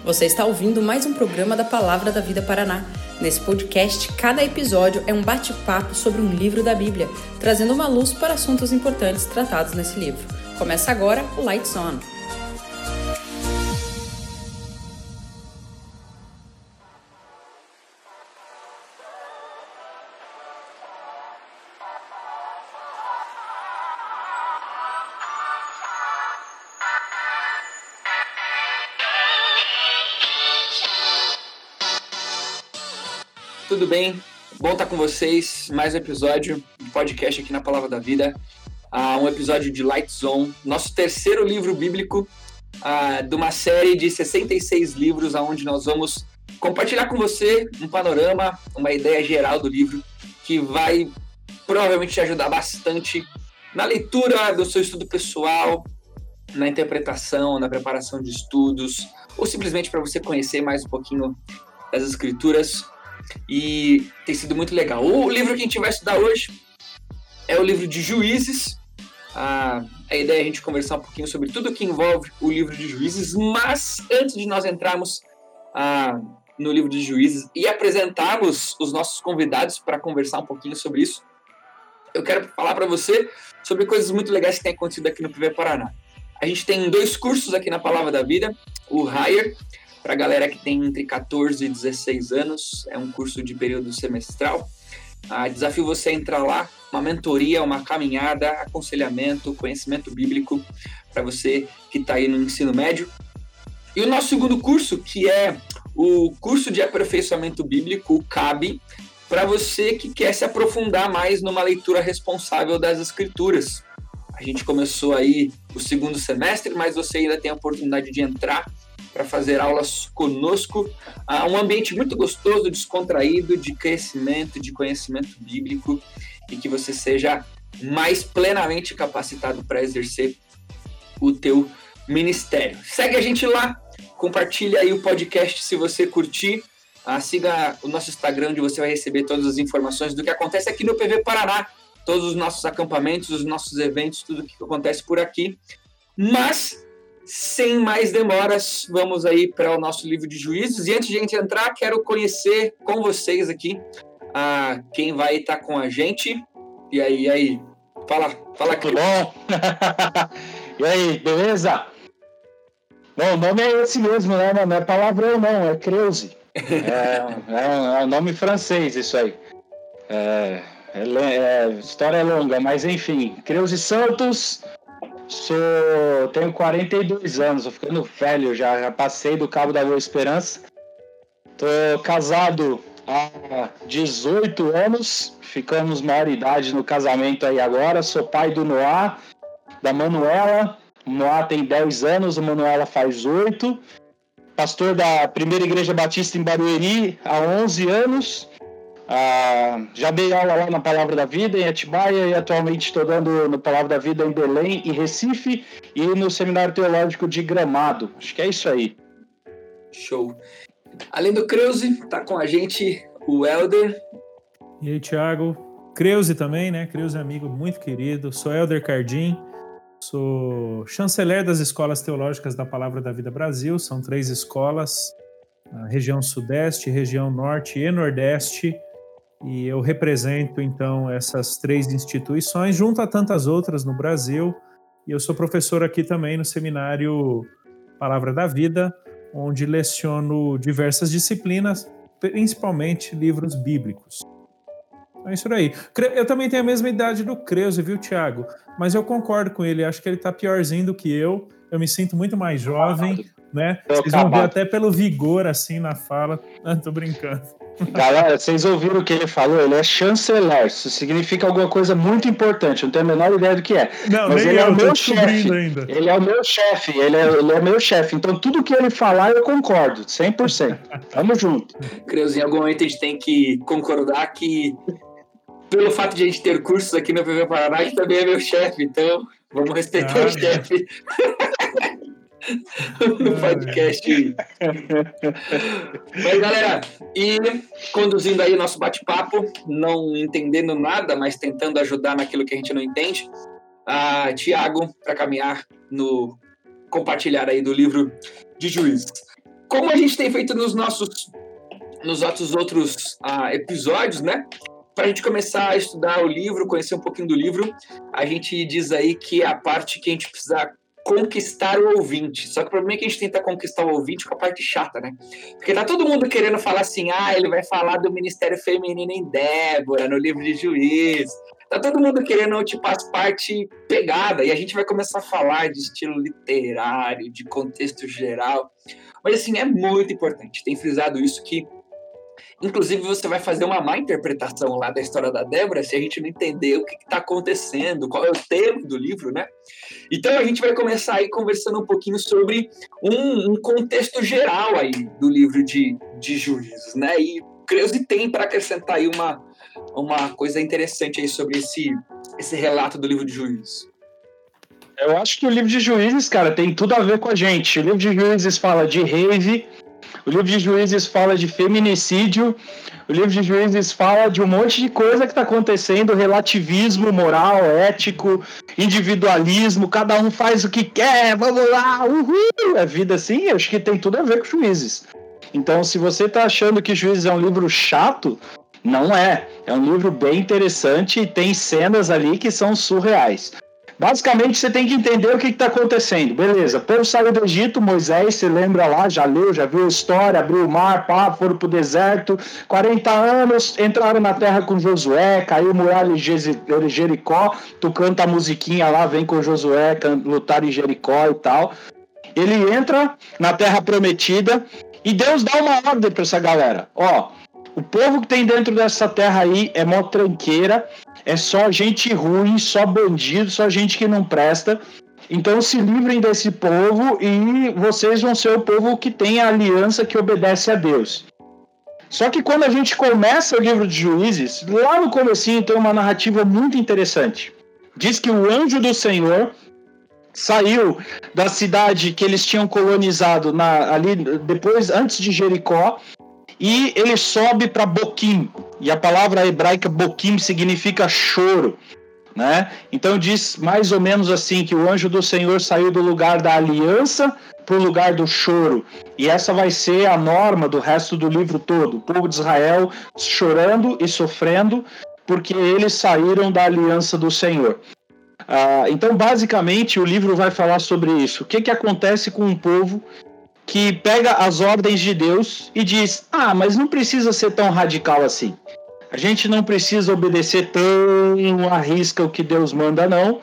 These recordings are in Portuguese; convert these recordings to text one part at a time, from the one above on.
Você está ouvindo mais um programa da Palavra da Vida Paraná. Nesse podcast, cada episódio é um bate-papo sobre um livro da Bíblia, trazendo uma luz para assuntos importantes tratados nesse livro. Começa agora o Lights On. Tudo bem? Bom estar com vocês. Mais um episódio de podcast aqui na Palavra da Vida. Um episódio de Lights On, nosso terceiro livro bíblico de uma série de 66 livros, onde nós vamos compartilhar com você um panorama, uma ideia geral do livro, que vai provavelmente te ajudar bastante na leitura do seu estudo pessoal, na interpretação, na preparação de estudos, ou simplesmente para você conhecer mais um pouquinho das Escrituras. E tem sido muito legal. O livro que a gente vai estudar hoje é o livro de Juízes. A ideia é a gente conversar um pouquinho sobre tudo que envolve o livro de Juízes, mas antes de nós entrarmos no livro de Juízes e apresentarmos os nossos convidados para conversar um pouquinho sobre isso, eu quero falar para você sobre coisas muito legais que têm acontecido aqui no PV Paraná. A gente tem 2 cursos aqui na Palavra da Vida, o Higher, para a galera que tem entre 14 e 16 anos, é um curso de período semestral. Desafio você a entrar lá, uma mentoria, uma caminhada, aconselhamento, conhecimento bíblico para você que está aí no ensino médio. E o nosso segundo curso, que é o curso de aperfeiçoamento bíblico, o CAB, para você que quer se aprofundar mais numa leitura responsável das Escrituras. A gente começou aí o segundo semestre, mas você ainda tem a oportunidade de entrar para fazer aulas conosco, um ambiente muito gostoso, descontraído, de crescimento, de conhecimento bíblico, e que você seja mais plenamente capacitado para exercer o teu ministério. Segue a gente lá, compartilha aí o podcast se você curtir, siga o nosso Instagram, onde você vai receber todas as informações do que acontece aqui no PV Paraná, todos os nossos acampamentos, os nossos eventos, tudo o que acontece por aqui. Mas sem mais demoras, vamos aí para o nosso livro de Juízes. E antes de a gente entrar, quero conhecer com vocês aqui quem vai estar com a gente. E aí? Fala aqui. Tudo bom? E aí, beleza? Bom, o nome é esse mesmo, né? Não é palavrão, não, é Creuze. É um nome francês, isso aí. História é longa, mas enfim. Creuze Santos. Tenho 42 anos, tô ficando velho já passei do Cabo da Boa Esperança. Tô casado há 18 anos, ficamos maioridade no casamento aí agora. Sou pai do Noah, da Manuela. O Noah tem 10 anos, a Manuela faz 8. Pastor da Primeira Igreja Batista em Barueri há 11 anos. Já dei aula lá na Palavra da Vida em Atibaia e atualmente estou dando no Palavra da Vida em Belém e Recife e no Seminário Teológico de Gramado. Acho que é isso aí. Show. Além do Creuze, tá com a gente o Helder. E aí, Thiago. Creuze também, né? Creuze é amigo muito querido. Sou Helder Cardim, sou chanceler das Escolas Teológicas da Palavra da Vida Brasil. São 3 escolas, a região Sudeste, região Norte e Nordeste. E eu represento, então, essas 3 instituições, junto a tantas outras no Brasil. E eu sou professor aqui também no Seminário Palavra da Vida, onde leciono diversas disciplinas, principalmente livros bíblicos. Então é isso aí. Eu também tenho a mesma idade do Creuze, viu, Thiago? Mas eu concordo com ele, acho que ele está piorzinho do que eu. Eu me sinto muito mais jovem, né? Vocês vão ver até pelo vigor, assim, na fala. Tô brincando. Galera, vocês ouviram o que ele falou? Ele é chanceler. Isso significa alguma coisa muito importante. Eu não tenho a menor ideia do que é. Não, mas nem ele é o meu chefe. Ainda. Ele é o meu chefe. Ele é meu chefe. Então, tudo que ele falar, eu concordo. 100%. Tamo junto. Creuze, em algum momento a gente tem que concordar que, pelo fato de a gente ter cursos aqui no PV Paraná, ele também é meu chefe. Então, vamos respeitar o chefe. No podcast. Mas, galera, e conduzindo aí nosso bate-papo, não entendendo nada, mas tentando ajudar naquilo que a gente não entende, Tiago, para caminhar no compartilhar aí do livro de Juízes. como a gente tem feito nos outros episódios, né? Para a gente começar a estudar o livro, conhecer um pouquinho do livro, a gente diz aí que é a parte que a gente precisa conquistar o ouvinte. Só que o problema é que a gente tenta conquistar o ouvinte com a parte chata, né? Porque tá todo mundo querendo falar assim, ele vai falar do ministério feminino em Débora, no livro de Juízes. Tá todo mundo querendo, tipo, as partes pegadas. E a gente vai começar a falar de estilo literário, de contexto geral. Mas, assim, é muito importante. Tem frisado isso que, inclusive, você vai fazer uma má interpretação lá da história da Débora se a gente não entender o que está acontecendo, qual é o tema do livro, né? Então, a gente vai começar aí conversando um pouquinho sobre um contexto geral aí do livro de Juízes, né? E Creuzi tem para acrescentar aí uma coisa interessante aí sobre esse relato do livro de Juízes. Eu acho que o livro de Juízes, cara, tem tudo a ver com a gente. O livro de Juízes fala de rave, o livro de Juízes fala de feminicídio, o livro de Juízes fala de um monte de coisa que está acontecendo, relativismo moral, ético, individualismo, cada um faz o que quer, vamos lá, uhul! É vida assim, acho que tem tudo a ver com Juízes. Então, se você está achando que Juízes é um livro chato, não é. É um livro bem interessante e tem cenas ali que são surreais. Basicamente, você tem que entender o que está acontecendo. Beleza, o povo saiu do Egito, Moisés, você lembra lá, já leu, já viu a história, abriu o mar, foram para o deserto, 40 anos, entraram na terra com Josué, caiu muralha de Jericó, tu canta a musiquinha lá, vem com Josué, lutar em Jericó e tal. Ele entra na terra prometida e Deus dá uma ordem para essa galera. O povo que tem dentro dessa terra aí é mó tranqueira, é só gente ruim, só bandido, só gente que não presta. Então se livrem desse povo e vocês vão ser o povo que tem a aliança que obedece a Deus. Só que quando a gente começa o livro de Juízes, lá no comecinho tem uma narrativa muito interessante. Diz que o anjo do Senhor saiu da cidade que eles tinham colonizado ali depois, antes de Jericó, e ele sobe para Boquim, e a palavra hebraica Boquim significa choro, né? Então diz mais ou menos assim, que o anjo do Senhor saiu do lugar da aliança para o lugar do choro, e essa vai ser a norma do resto do livro todo, o povo de Israel chorando e sofrendo, porque eles saíram da aliança do Senhor. Então basicamente o livro vai falar sobre isso, o que acontece com um povo que pega as ordens de Deus e diz, mas não precisa ser tão radical assim. A gente não precisa obedecer tão à risca o que Deus manda, não.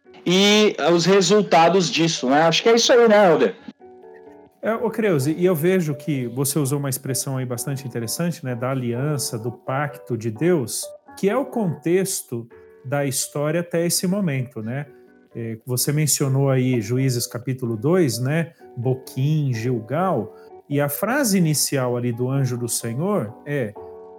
E os resultados disso, né? Acho que é isso aí, né, Helder? Creuzi, e eu vejo que você usou uma expressão aí bastante interessante, né? Da aliança, do pacto de Deus, que é o contexto da história até esse momento, né? Você mencionou aí Juízes capítulo 2, né? Boquim, Gilgal, e a frase inicial ali do anjo do Senhor é: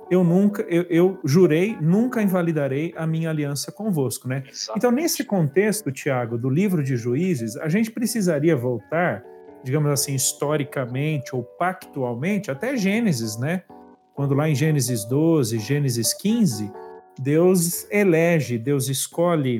eu jurei, nunca invalidarei a minha aliança convosco, né? Exatamente. Então, nesse contexto, Tiago, do livro de Juízes, a gente precisaria voltar, digamos assim, historicamente ou pactualmente, até Gênesis, né? Quando lá em Gênesis 12, Gênesis 15, Deus escolhe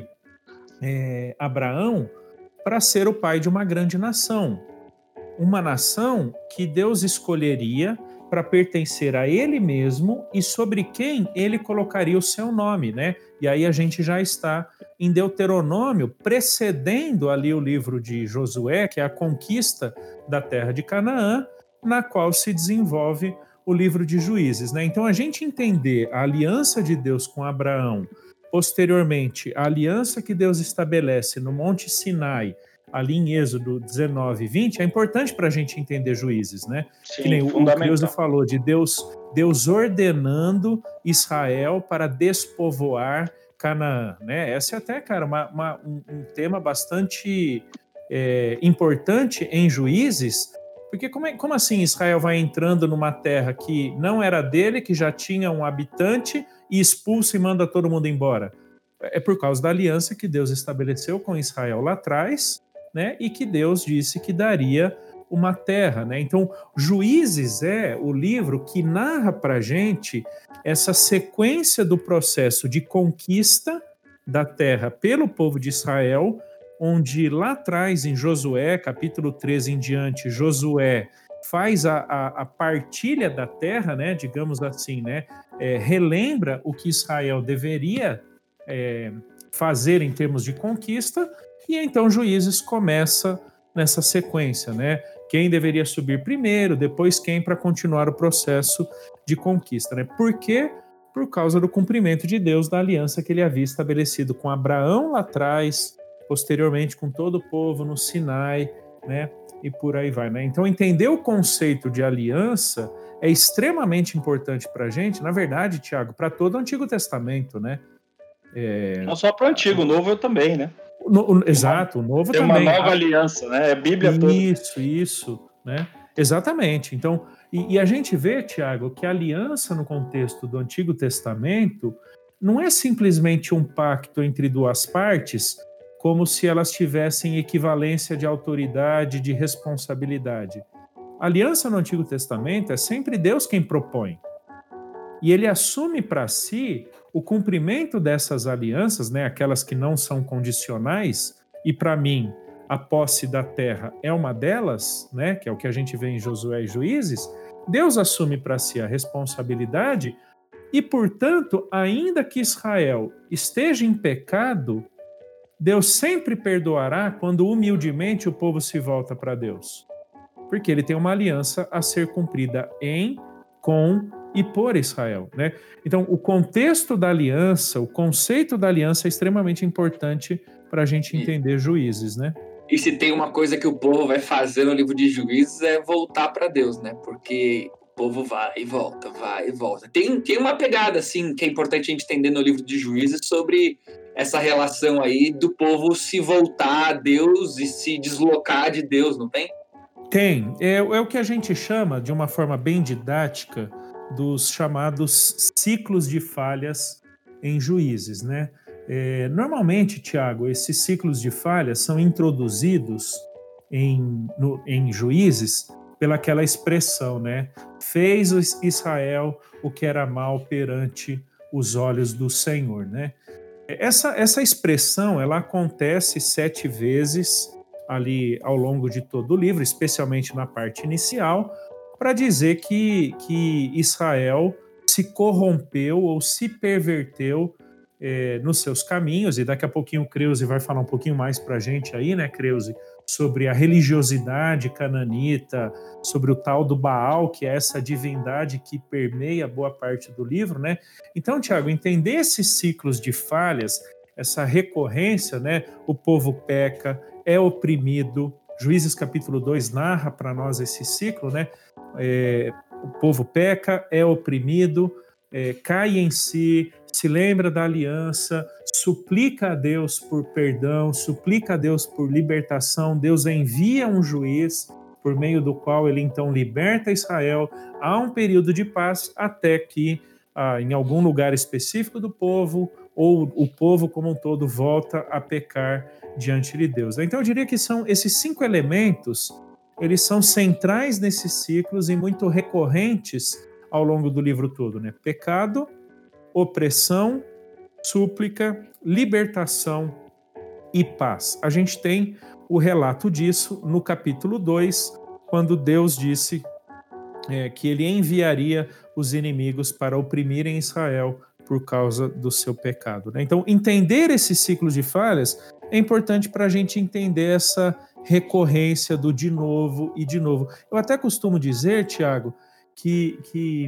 Abraão para ser o pai de uma grande nação. Uma nação que Deus escolheria para pertencer a ele mesmo e sobre quem ele colocaria o seu nome, né? E aí a gente já está em Deuteronômio, precedendo ali o livro de Josué, que é a conquista da terra de Canaã, na qual se desenvolve o livro de Juízes, né? Então a gente entender a aliança de Deus com Abraão, posteriormente a aliança que Deus estabelece no Monte Sinai, ali em Êxodo 19 e 20, é importante para a gente entender Juízes, né? Sim, que nem o Creuzi falou de Deus ordenando Israel para despovoar Canaã, né? Essa é até, cara, um tema bastante importante em Juízes, porque como assim Israel vai entrando numa terra que não era dele, que já tinha um habitante, e expulsa e manda todo mundo embora? É por causa da aliança que Deus estabeleceu com Israel lá atrás, né? E que Deus disse que daria uma terra, né? Então, Juízes é o livro que narra para a gente essa sequência do processo de conquista da terra pelo povo de Israel, onde lá atrás, em Josué, capítulo 13 em diante, Josué faz a partilha da terra, né, digamos assim, né, relembra o que Israel deveria fazer em termos de conquista, e então Juízes começa nessa sequência, né? Quem deveria subir primeiro, depois quem, para continuar o processo de conquista, né? Por quê? Por causa do cumprimento de Deus da aliança que ele havia estabelecido com Abraão lá atrás, posteriormente com todo o povo no Sinai, né? E por aí vai, né? Então, entender o conceito de aliança é extremamente importante para a gente, na verdade, Tiago, para todo o Antigo Testamento, né? Não só para o Antigo, o Novo também, né? Exato, o Novo tem também. Tem uma nova aliança, né? É a Bíblia toda. Isso, né? Exatamente. Então, e a gente vê, Tiago, que a aliança no contexto do Antigo Testamento não é simplesmente um pacto entre duas partes, como se elas tivessem equivalência de autoridade, de responsabilidade. A aliança no Antigo Testamento é sempre Deus quem propõe. E ele assume para si o cumprimento dessas alianças, né, aquelas que não são condicionais, e para mim, a posse da terra é uma delas, né, que é o que a gente vê em Josué e Juízes. Deus assume para si a responsabilidade e, portanto, ainda que Israel esteja em pecado, Deus sempre perdoará quando humildemente o povo se volta para Deus. Porque ele tem uma aliança a ser cumprida em, com e por Israel, né? Então, o contexto da aliança, o conceito da aliança é extremamente importante para a gente entender Juízes, né? E se tem uma coisa que o povo vai fazer no livro de Juízes é voltar para Deus, né? Porque o povo vai e volta, vai e volta. Tem uma pegada, assim, que é importante a gente entender no livro de Juízes sobre essa relação aí do povo se voltar a Deus e se deslocar de Deus, não tem? Tem. É o que a gente chama, de uma forma bem didática, dos chamados ciclos de falhas em Juízes, né? Normalmente, Tiago, esses ciclos de falhas são introduzidos em Juízes pelaquela expressão, né? Fez Israel o que era mal perante os olhos do Senhor, né? Essa expressão, ela acontece 7 vezes ali ao longo de todo o livro, especialmente na parte inicial, para dizer que Israel se corrompeu ou se perverteu nos seus caminhos, e daqui a pouquinho o Kreuze vai falar um pouquinho mais para a gente aí, né, Kreuze, sobre a religiosidade cananita, sobre o tal do Baal, que é essa divindade que permeia boa parte do livro, né? Então, Tiago, entender esses ciclos de falhas, essa recorrência, né? O povo peca, é oprimido. Juízes capítulo 2 narra para nós esse ciclo, né? O povo peca, é oprimido, cai em si, se lembra da aliança, suplica a Deus por perdão, suplica a Deus por libertação. Deus envia um juiz por meio do qual ele então liberta Israel. Há um período de paz até que em algum lugar específico do povo ou o povo como um todo volta a pecar diante de Deus. Então eu diria que são esses 5 elementos, eles são centrais nesses ciclos e muito recorrentes ao longo do livro todo, né? Pecado, opressão, súplica, libertação e paz. A gente tem o relato disso no capítulo 2, quando Deus disse que ele enviaria os inimigos para oprimirem Israel por causa do seu pecado, né? Então, entender esses ciclos de falhas é importante para a gente entender essa recorrência do de novo e de novo. Eu até costumo dizer, Tiago, que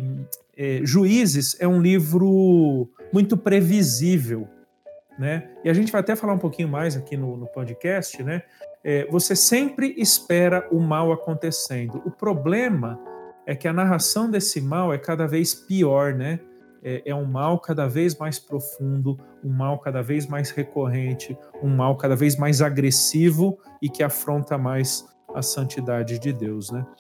Juízes é um livro muito previsível, né? E a gente vai até falar um pouquinho mais aqui no podcast, né? Você sempre espera o mal acontecendo. O problema é que a narração desse mal é cada vez pior, né? É um mal cada vez mais profundo, um mal cada vez mais recorrente, um mal cada vez mais agressivo e que afronta mais a santidade de Deus, né?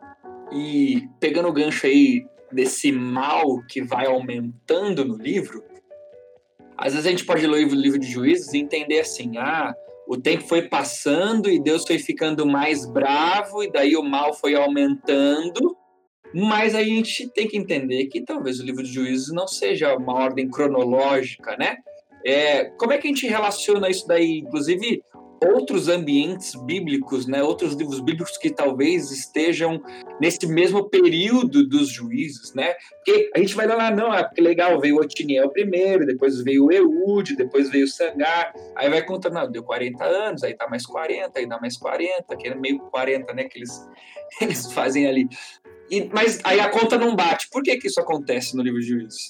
E pegando o gancho aí desse mal que vai aumentando no livro, às vezes a gente pode ler o livro de Juízes e entender assim, o tempo foi passando e Deus foi ficando mais bravo e daí o mal foi aumentando, mas a gente tem que entender que talvez o livro de Juízes não seja uma ordem cronológica, né? Como é que a gente relaciona isso daí? Inclusive, outros ambientes bíblicos, né, outros livros bíblicos que talvez estejam nesse mesmo período dos juízes, né? Porque a gente vai lá, não, que legal, veio o Otiniel primeiro, depois veio o Eude, depois veio o Sangar, aí vai contando, não, deu 40 anos, aí dá mais 40, aí dá mais 40, que é meio 40, né, que eles fazem ali. Mas aí a conta não bate. Por que isso acontece no livro de Juízes?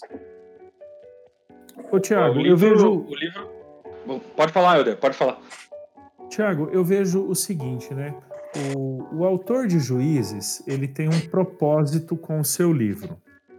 Ô, Tiago, eu vejo... O livro... Pode falar, Helder, pode falar. Tiago, eu vejo o seguinte, né? O autor de Juízes, ele tem um propósito com o seu livro.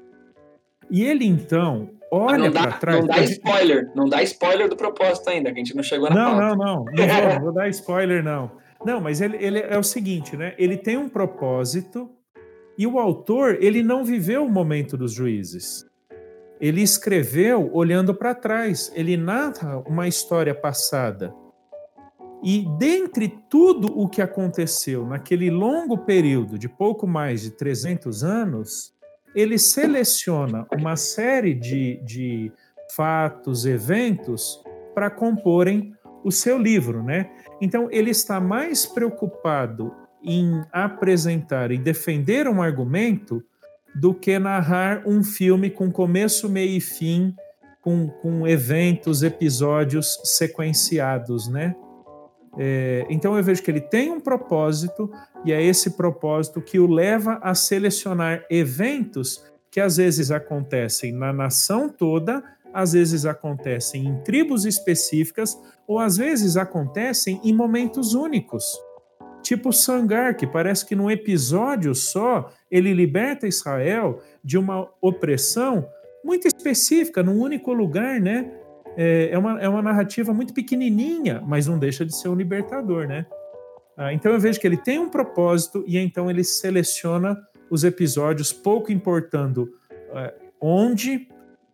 E ele, então, olha para trás... Não dá spoiler do propósito ainda, que a gente não chegou na pauta. Não vou dar spoiler, não. Não, mas ele é o seguinte, né? Ele tem um propósito e o autor, ele não viveu o momento dos juízes. Ele escreveu olhando para trás. Ele narra uma história passada. E dentre tudo o que aconteceu naquele longo período de pouco mais de 300 anos, ele seleciona uma série de fatos, eventos para comporem o seu livro, né? Então, ele está mais preocupado em apresentar e defender um argumento do que narrar um filme com começo, meio e fim, com eventos, episódios sequenciados, né? Então eu vejo que ele tem um propósito e é esse propósito que o leva a selecionar eventos que às vezes acontecem na nação toda, às vezes acontecem em tribos específicas ou às vezes acontecem em momentos únicos. Tipo Sangar, que parece que num episódio só ele liberta Israel de uma opressão muito específica, num único lugar, né? É uma narrativa muito pequenininha, mas não deixa de ser um libertador, né? Então eu vejo que ele tem um propósito e então ele seleciona os episódios, pouco importando onde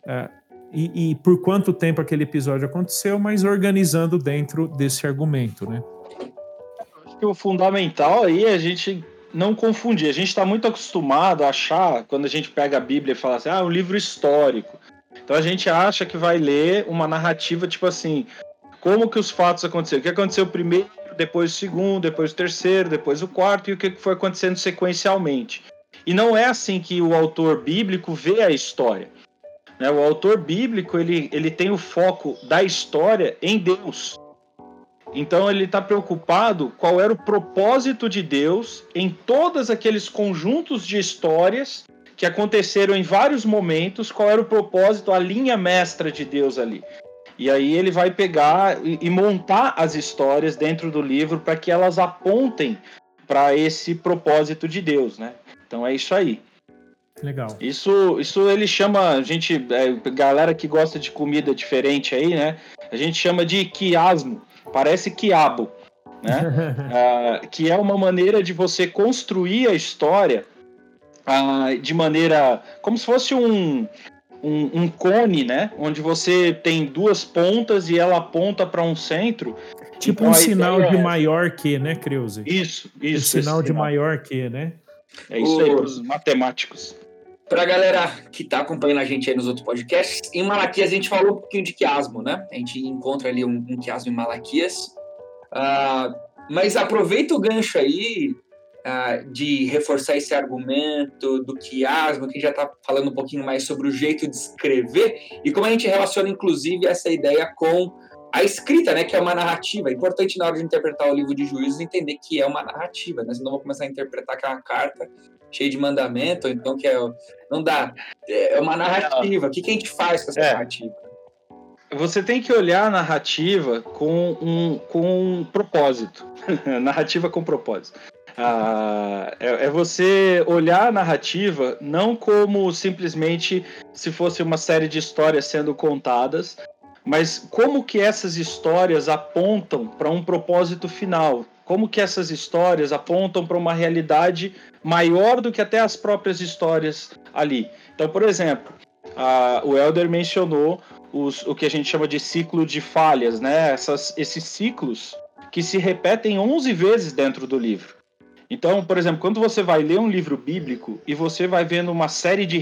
e por quanto tempo aquele episódio aconteceu, mas organizando dentro desse argumento, né? Acho que o fundamental aí é a gente não confundir. A gente está muito acostumado a achar, quando a gente pega a Bíblia e fala assim, um livro histórico. Então a gente acha que vai ler uma narrativa tipo assim, como que os fatos aconteceram, o que aconteceu primeiro, depois o segundo, depois o terceiro, depois o quarto e o que foi acontecendo sequencialmente. E não é assim que o autor bíblico vê a história. Né? O autor bíblico ele tem o foco da história em Deus. Então ele está preocupado qual era o propósito de Deus em todos aqueles conjuntos de histórias que aconteceram em vários momentos, qual era o propósito, a linha mestra de Deus ali. E aí ele vai pegar e montar as histórias dentro do livro para que elas apontem para esse propósito de Deus, né? Então é isso aí. Legal. Isso ele chama, galera que gosta de comida diferente aí, né? A gente chama de quiasmo, parece quiabo, né? Que é uma maneira de você construir a história de maneira como se fosse um cone, né? Onde você tem duas pontas e ela aponta para um centro. Tipo então, um sinal de maior que, né, Kreuze? Isso. Um sinal de maior que, né? É isso aí, os matemáticos. Para a galera que está acompanhando a gente aí nos outros podcasts, em Malaquias a gente falou um pouquinho de quiasmo, né? A gente encontra ali um quiasmo em Malaquias. Mas aproveita o gancho aí de reforçar esse argumento do quiasmo, que já está falando um pouquinho mais sobre o jeito de escrever e como a gente relaciona, inclusive, essa ideia com a escrita, né, que é uma narrativa. É importante, na hora de interpretar o livro de Juízes, entender que é uma narrativa, né? Senão vou começar a interpretar aquela carta cheia de mandamento, ou então não dá. É uma narrativa. O que a gente faz com essa narrativa? Você tem que olhar a narrativa com um propósito. Narrativa com propósito. É você olhar a narrativa não como simplesmente se fosse uma série de histórias sendo contadas, mas como que essas histórias apontam para um propósito final, como que essas histórias apontam para uma realidade maior do que até as próprias histórias ali. Então, por exemplo, o Helder mencionou o que a gente chama de ciclo de falhas, né? Esses ciclos que se repetem 11 vezes dentro do livro. Então, por exemplo, quando você vai ler um livro bíblico e você vai vendo uma série de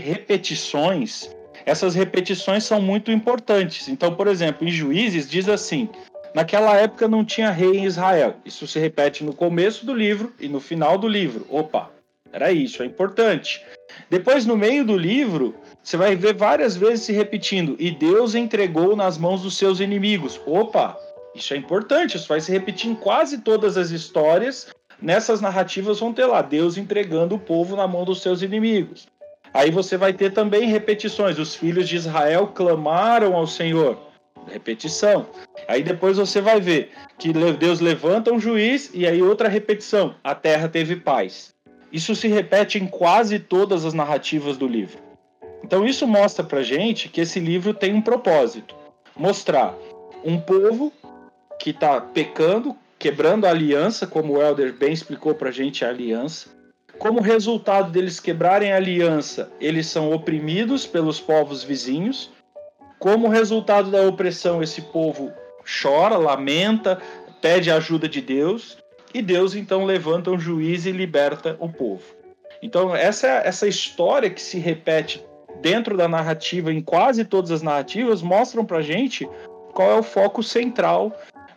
repetições, essas repetições são muito importantes. Então, por exemplo, em Juízes diz assim, naquela época não tinha rei em Israel. Isso se repete no começo do livro e no final do livro. Opa, era isso, é importante. Depois, no meio do livro, você vai ver várias vezes se repetindo. E Deus entregou nas mãos dos seus inimigos. Opa, isso é importante. Isso vai se repetir em quase todas as histórias. Nessas narrativas vão ter lá Deus entregando o povo na mão dos seus inimigos. Aí você vai ter também repetições. Os filhos de Israel clamaram ao Senhor. Repetição. Aí depois você vai ver que Deus levanta um juiz e aí outra repetição. A terra teve paz. Isso se repete em quase todas as narrativas do livro. Então isso mostra pra gente que esse livro tem um propósito. Mostrar um povo que está pecando, quebrando a aliança, como o Helder bem explicou pra gente a aliança. Como resultado deles quebrarem a aliança, eles são oprimidos pelos povos vizinhos. Como resultado da opressão, esse povo chora, lamenta, pede a ajuda de Deus, e Deus então levanta um juiz e liberta o povo. Então essa história que se repete dentro da narrativa, em quase todas as narrativas, mostram pra gente qual é o foco central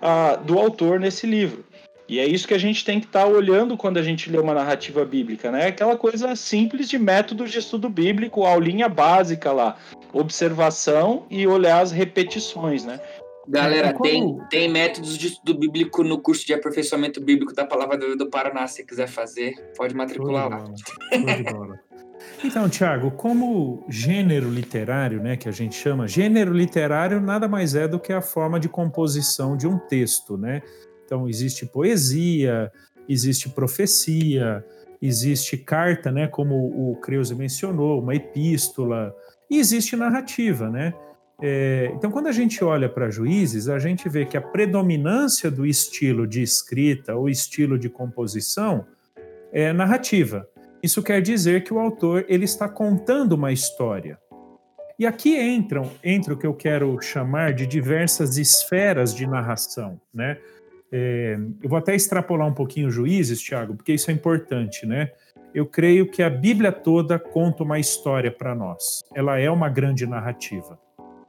do autor nesse livro. E é isso que a gente tem que estar olhando quando a gente lê uma narrativa bíblica, né? Aquela coisa simples de métodos de estudo bíblico, aulinha básica lá, observação e olhar as repetições, né? Galera, tem métodos de estudo bíblico no curso de aperfeiçoamento bíblico da Palavra da Vida do Paraná, se quiser fazer, pode matricular lá. Show de bola. Então, Tiago, como gênero literário, né, que a gente chama, gênero literário nada mais é do que a forma de composição de um texto, né? Então, existe poesia, existe profecia, existe carta, né, como o Krause mencionou, uma epístola, e existe narrativa, né? Então, quando a gente olha para Juízes, a gente vê que a predominância do estilo de escrita ou estilo de composição é narrativa. Isso quer dizer que o autor ele está contando uma história. E aqui entra o que eu quero chamar de diversas esferas de narração, né? Eu vou até extrapolar um pouquinho Juízes, Tiago, porque isso é importante, né? Eu creio que a Bíblia toda conta uma história para nós. Ela é uma grande narrativa.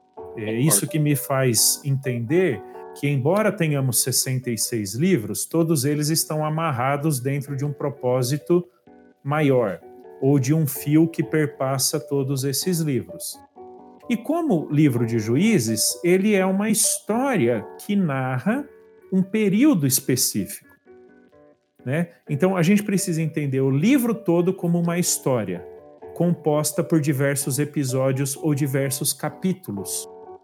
É isso que me faz entender que, embora tenhamos 66 livros, todos eles estão amarrados dentro de um propósito maior, ou de um fio que perpassa todos esses livros. E como livro de Juízes, ele é uma história que narra um período específico, né? Então a gente precisa entender o livro todo como uma história, composta por diversos episódios ou diversos capítulos,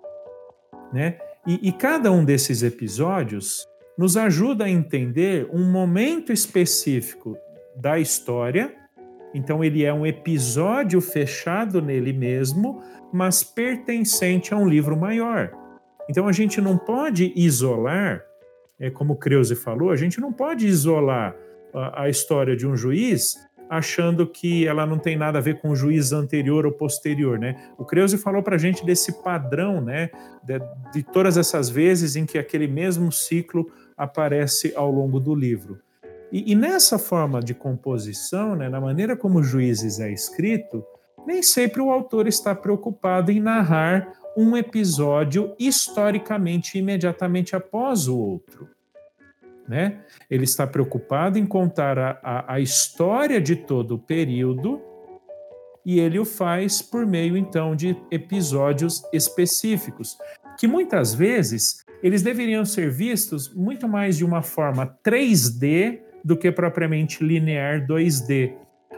né? E cada um desses episódios nos ajuda a entender um momento específico da história. Então ele é um episódio fechado nele mesmo, mas pertencente a um livro maior. Então a gente não pode isolar, como o Krause falou, a gente não pode isolar a história de um juiz achando que ela não tem nada a ver com o juiz anterior ou posterior, né? O Krause falou para a gente desse padrão, né? De todas essas vezes em que aquele mesmo ciclo aparece ao longo do livro. E nessa forma de composição, né, na maneira como Juízes é escrito, nem sempre o autor está preocupado em narrar um episódio historicamente imediatamente após o outro, né? Ele está preocupado em contar a história de todo o período e ele o faz por meio, então, de episódios específicos, que muitas vezes eles deveriam ser vistos muito mais de uma forma 3D do que propriamente linear 2D.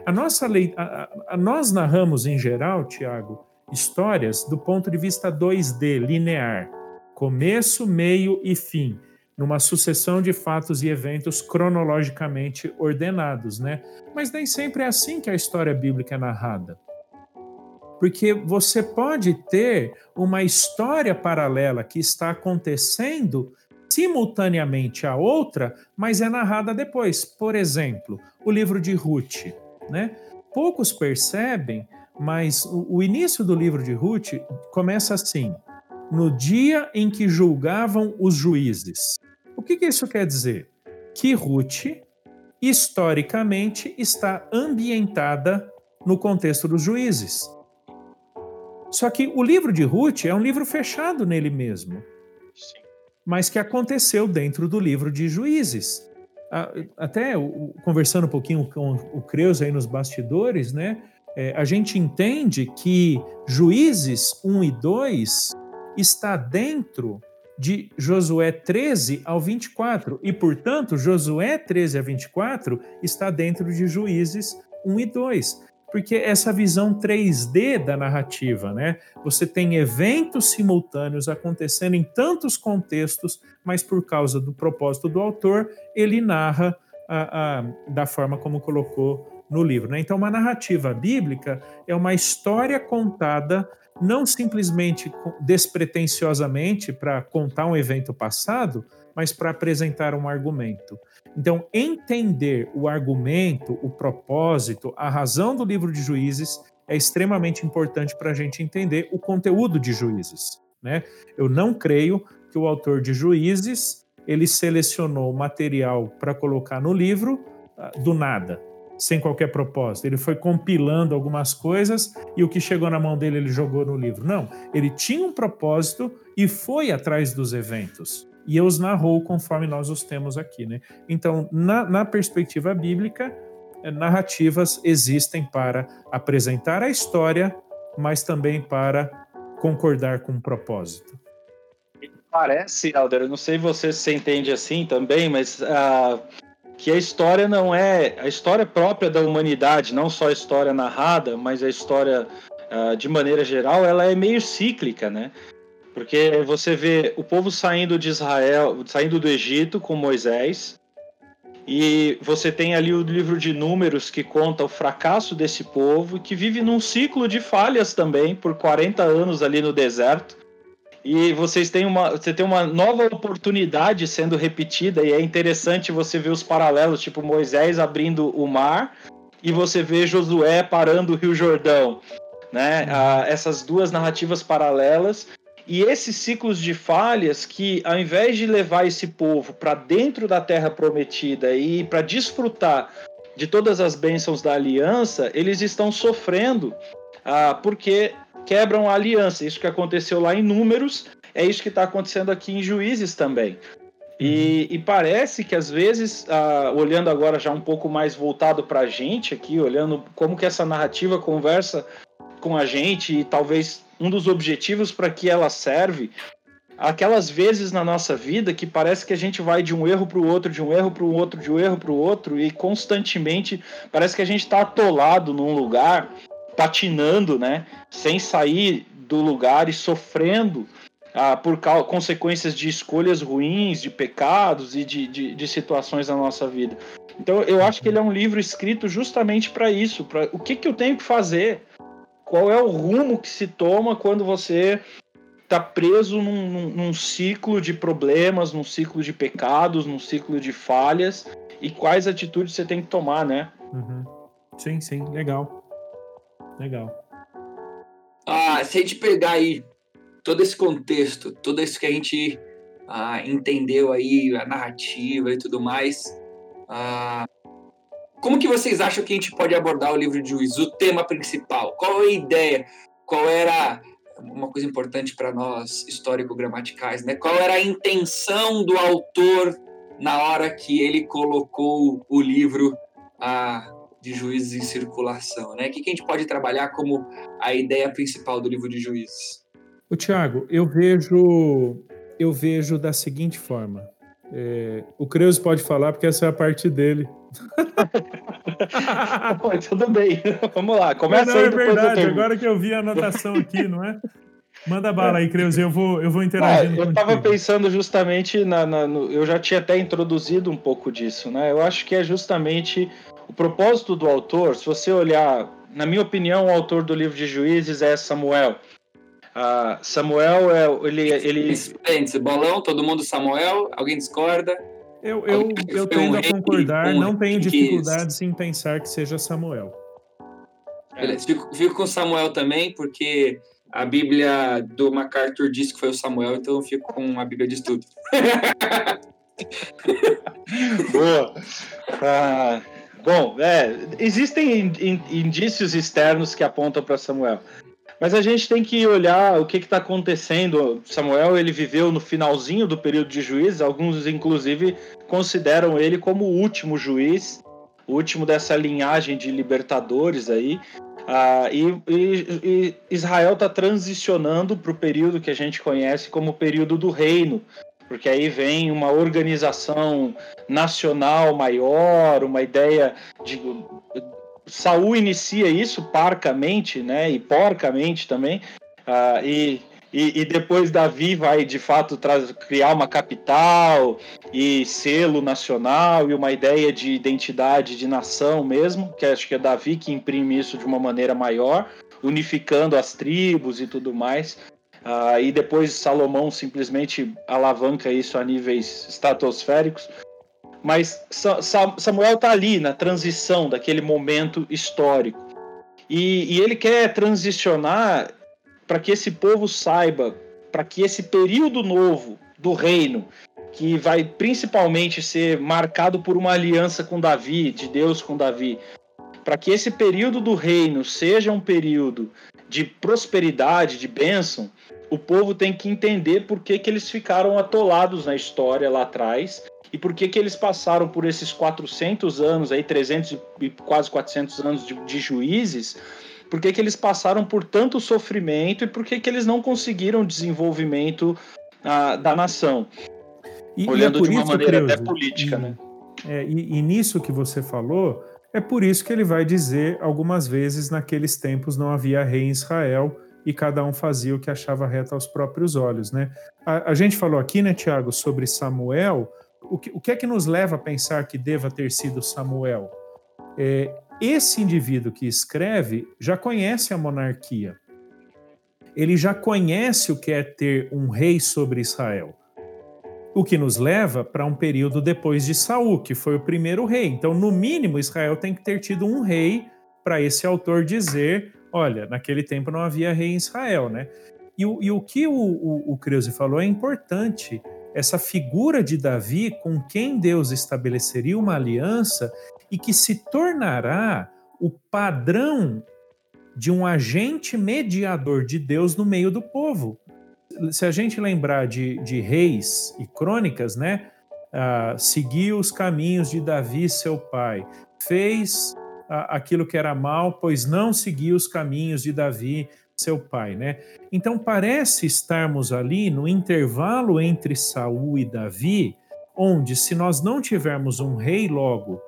Nós narramos, em geral, Tiago, histórias do ponto de vista 2D, linear, começo, meio e fim, numa sucessão de fatos e eventos cronologicamente ordenados, né? Mas nem sempre é assim que a história bíblica é narrada. Porque você pode ter uma história paralela que está acontecendo simultaneamente à outra, mas é narrada depois. Por exemplo, o livro de Ruth, né? Poucos percebem, mas o início do livro de Ruth começa assim: no dia em que julgavam os juízes. O que isso quer dizer? Que Ruth, historicamente, está ambientada no contexto dos juízes. Só que o livro de Ruth é um livro fechado nele mesmo. Sim. mas que aconteceu dentro do livro de Juízes. Até conversando um pouquinho com o Creus aí nos bastidores, né? A gente entende que Juízes 1 e 2 está dentro de Josué 13 ao 24, e, portanto, Josué 13 a 24 está dentro de Juízes 1 e 2, porque essa visão 3D da narrativa, né? Você tem eventos simultâneos acontecendo em tantos contextos, mas por causa do propósito do autor, ele narra da forma como colocou no livro, né? Então, uma narrativa bíblica é uma história contada não simplesmente despretensiosamente para contar um evento passado, mas para apresentar um argumento. Então, entender o argumento, o propósito, a razão do livro de Juízes é extremamente importante para a gente entender o conteúdo de Juízes, né? Eu não creio que o autor de Juízes ele selecionou material para colocar no livro do nada, sem qualquer propósito. Ele foi compilando algumas coisas e o que chegou na mão dele ele jogou no livro. Não, ele tinha um propósito e foi atrás dos eventos. E os narrou conforme nós os temos aqui, né? Então, na perspectiva bíblica, narrativas existem para apresentar a história, mas também para concordar com o propósito. Parece, Helder, eu não sei se você entende assim também, mas que a história não é a história própria da humanidade, não só a história narrada, mas a história de maneira geral, ela é meio cíclica, né? Porque você vê o povo saindo de Israel, saindo do Egito com Moisés, e você tem ali o livro de Números que conta o fracasso desse povo, que vive num ciclo de falhas também, por 40 anos ali no deserto. E você tem uma nova oportunidade sendo repetida, e é interessante você ver os paralelos, tipo Moisés abrindo o mar e você vê Josué parando o Rio Jordão, né? Essas duas narrativas paralelas e esses ciclos de falhas que, ao invés de levar esse povo para dentro da terra prometida e para desfrutar de todas as bênçãos da aliança, eles estão sofrendo porque quebram a aliança. Isso que aconteceu lá em Números, é isso que está acontecendo aqui em Juízes também. E parece que às vezes, olhando agora já um pouco mais voltado para a gente aqui, olhando como que essa narrativa conversa com a gente e talvez um dos objetivos para que ela serve, aquelas vezes na nossa vida que parece que a gente vai de um erro para o outro, de um erro para o outro, de um erro para o outro, e constantemente parece que a gente está atolado num lugar, patinando, né, sem sair do lugar e sofrendo por consequências de escolhas ruins, de pecados e de situações na nossa vida. Então eu acho que ele é um livro escrito justamente para isso, para o que eu tenho que fazer, qual é o rumo que se toma quando você está preso num ciclo de problemas, num ciclo de pecados, num ciclo de falhas, e quais atitudes você tem que tomar, né? Sim, legal. Se a gente pegar aí todo esse contexto, tudo isso que a gente entendeu aí, a narrativa e tudo mais, como que vocês acham que a gente pode abordar o livro de Juízes, o tema principal? Qual é a ideia? Qual era uma coisa importante para nós, histórico-gramaticais, né? Qual era a intenção do autor na hora que ele colocou o livro de Juízes em circulação, né? O que a gente pode trabalhar como a ideia principal do livro de Juízes? Tiago, eu vejo da seguinte forma. O Creus pode falar, porque essa é a parte dele. Tudo bem, vamos lá, começa aí. É verdade, agora que eu vi a anotação aqui, não é? Manda bala aí, Creus, eu vou interagindo contigo. Eu estava pensando justamente, eu já tinha até introduzido um pouco disso, né? Eu acho que é justamente o propósito do autor. Se você olhar, na minha opinião, o autor do livro de Juízes é Samuel. Samuel, ele... Bolão, todo mundo Samuel, alguém discorda? Eu tendo a concordar, não tenho dificuldades em pensar que seja Samuel. Beleza, fico com Samuel também, porque a Bíblia do MacArthur diz que foi o Samuel, então eu fico com a Bíblia de estudo. Boa! Bom, existem indícios externos que apontam para Samuel. Mas a gente tem que olhar o que está acontecendo. Samuel, ele viveu no finalzinho do período de Juízes, alguns inclusive consideram ele como o último juiz, o último dessa linhagem de libertadores aí. E Israel está transicionando para o período que a gente conhece como o período do reino, porque aí vem uma organização nacional maior, uma ideia de... Saul inicia isso parcamente, né, e porcamente também, e depois Davi vai de fato criar uma capital e selo nacional e uma ideia de identidade de nação mesmo, que acho que é Davi que imprime isso de uma maneira maior, unificando as tribos e tudo mais. E depois Salomão simplesmente alavanca isso a níveis estratosféricos. Mas Samuel está ali na transição daquele momento histórico. E ele quer transicionar para que esse povo saiba, para que esse período novo do reino, que vai principalmente ser marcado por uma aliança com Davi, de Deus com Davi, para que esse período do reino seja um período de prosperidade, de bênção, o povo tem que entender por que eles ficaram atolados na história lá atrás e por que eles passaram por esses 400 anos, aí 300 e quase 400 anos de juízes, por que eles passaram por tanto sofrimento e por que eles não conseguiram desenvolvimento da nação. Olhando de uma maneira até política, né? E nisso que você falou, é por isso que ele vai dizer algumas vezes, naqueles tempos não havia rei em Israel e cada um fazia o que achava reto aos próprios olhos, né? A gente falou aqui, né, Tiago, sobre Samuel. O que é que nos leva a pensar que deva ter sido Samuel? Esse indivíduo que escreve já conhece a monarquia. Ele já conhece o que é ter um rei sobre Israel. O que nos leva para um período depois de Saul, que foi o primeiro rei. Então, no mínimo, Israel tem que ter tido um rei para esse autor dizer, olha, naquele tempo não havia rei em Israel, né? E o que o Krause falou é importante. Essa figura de Davi com quem Deus estabeleceria uma aliança e que se tornará o padrão de um agente mediador de Deus no meio do povo. Se a gente lembrar de Reis e Crônicas, né? Seguiu os caminhos de Davi, seu pai, fez aquilo que era mal, pois não seguiu os caminhos de Davi, seu pai, né? Então parece estarmos ali no intervalo entre Saul e Davi, onde se nós não tivermos um rei logo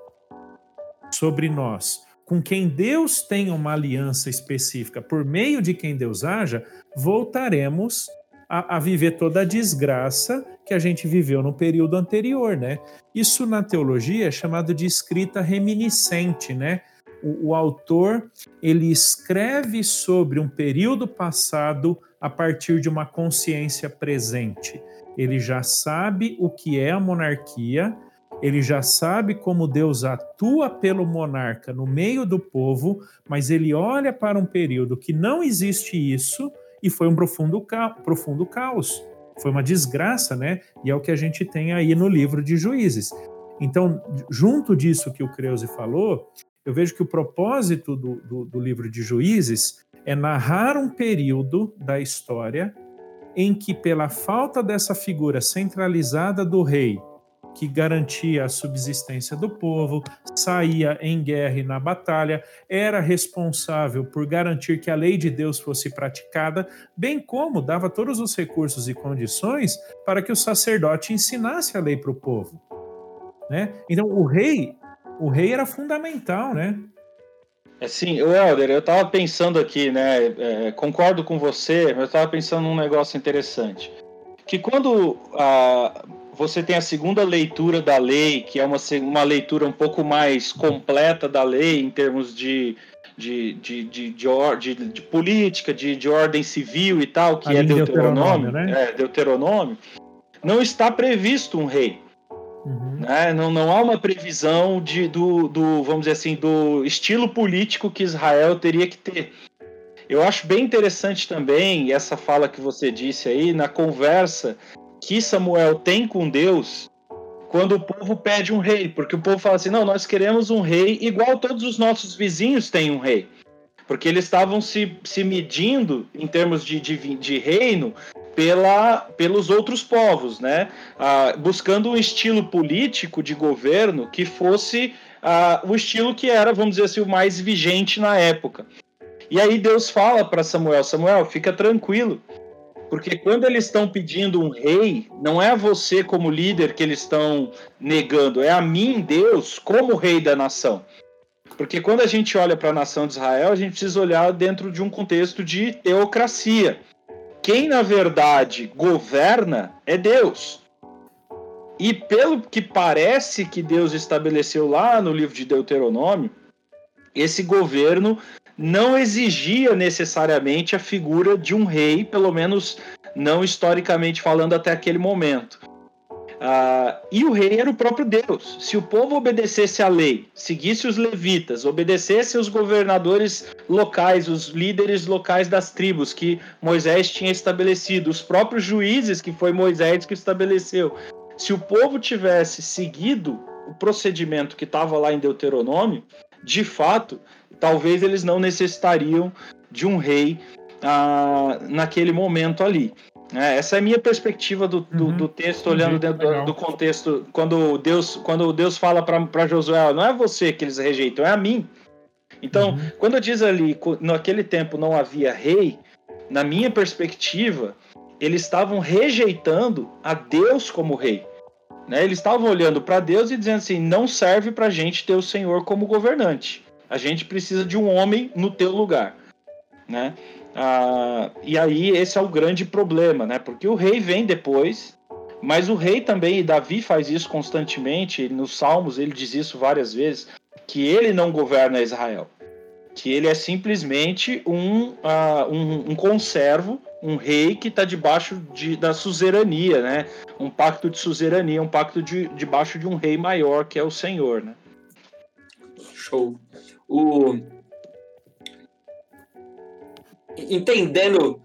sobre nós, com quem Deus tem uma aliança específica, por meio de quem Deus haja, voltaremos a viver toda a desgraça que a gente viveu no período anterior, né? Isso na teologia é chamado de escrita reminiscente, né? O autor, ele escreve sobre um período passado a partir de uma consciência presente. Ele já sabe o que é a monarquia, ele já sabe como Deus atua pelo monarca no meio do povo, mas ele olha para um período que não existe isso e foi um profundo caos. Foi uma desgraça, né? E é o que a gente tem aí no livro de Juízes. Então, junto disso que o Krause falou, eu vejo que o propósito do livro de Juízes é narrar um período da história em que, pela falta dessa figura centralizada do rei, que garantia a subsistência do povo, saía em guerra e na batalha, era responsável por garantir que a lei de Deus fosse praticada, bem como dava todos os recursos e condições para que o sacerdote ensinasse a lei para o povo, né? Então, o rei era fundamental, né? Sim, Helder, eu estava pensando aqui, né? Concordo com você, mas eu estava pensando num negócio interessante. Que quando você tem a segunda leitura da lei, que é uma leitura um pouco mais completa da lei em termos de política, de ordem civil e tal, que é Deuteronômio, né? Deuteronômio, não está previsto um rei. Uhum. Né? Não há uma previsão vamos dizer assim, do estilo político que Israel teria que ter. Eu acho bem interessante também essa fala que você disse aí, na conversa que Samuel tem com Deus quando o povo pede um rei, porque o povo fala assim, não, nós queremos um rei igual todos os nossos vizinhos têm um rei. Porque eles estavam se medindo em termos de reino pelos outros povos, né? Buscando um estilo político de governo que fosse o estilo que era, vamos dizer assim, o mais vigente na época. E aí Deus fala para Samuel: Samuel, fica tranquilo, porque quando eles estão pedindo um rei, não é a você como líder que eles estão negando, é a mim, Deus, como rei da nação. Porque quando a gente olha para a nação de Israel, a gente precisa olhar dentro de um contexto de teocracia. Quem, na verdade, governa é Deus. E pelo que parece que Deus estabeleceu lá no livro de Deuteronômio, esse governo não exigia necessariamente a figura de um rei, pelo menos não historicamente falando até aquele momento. E o rei era o próprio Deus. Se o povo obedecesse à lei, seguisse os levitas, obedecesse os governadores locais, os líderes locais das tribos que Moisés tinha estabelecido, os próprios juízes que foi Moisés que estabeleceu, se o povo tivesse seguido o procedimento que estava lá em Deuteronômio, de fato, talvez eles não necessitariam de um rei naquele momento ali. Essa é a minha perspectiva do texto, olhando dentro do contexto, quando Deus fala para Josué: não é você que eles rejeitam, é a mim. Então, quando diz ali, naquele tempo não havia rei, na minha perspectiva, eles estavam rejeitando a Deus como rei. Eles estavam olhando para Deus e dizendo assim: não serve para a gente ter o Senhor como governante. A gente precisa de um homem no teu lugar, né? E aí esse é o grande problema, né? Porque o rei vem depois, mas o rei também, e Davi faz isso constantemente, nos Salmos ele diz isso várias vezes, que ele não governa Israel, que ele é simplesmente um conservo, um rei que está debaixo da suzerania, né? Um pacto de suzerania, um pacto debaixo de um rei maior, que é o Senhor, né? Show. Entendendo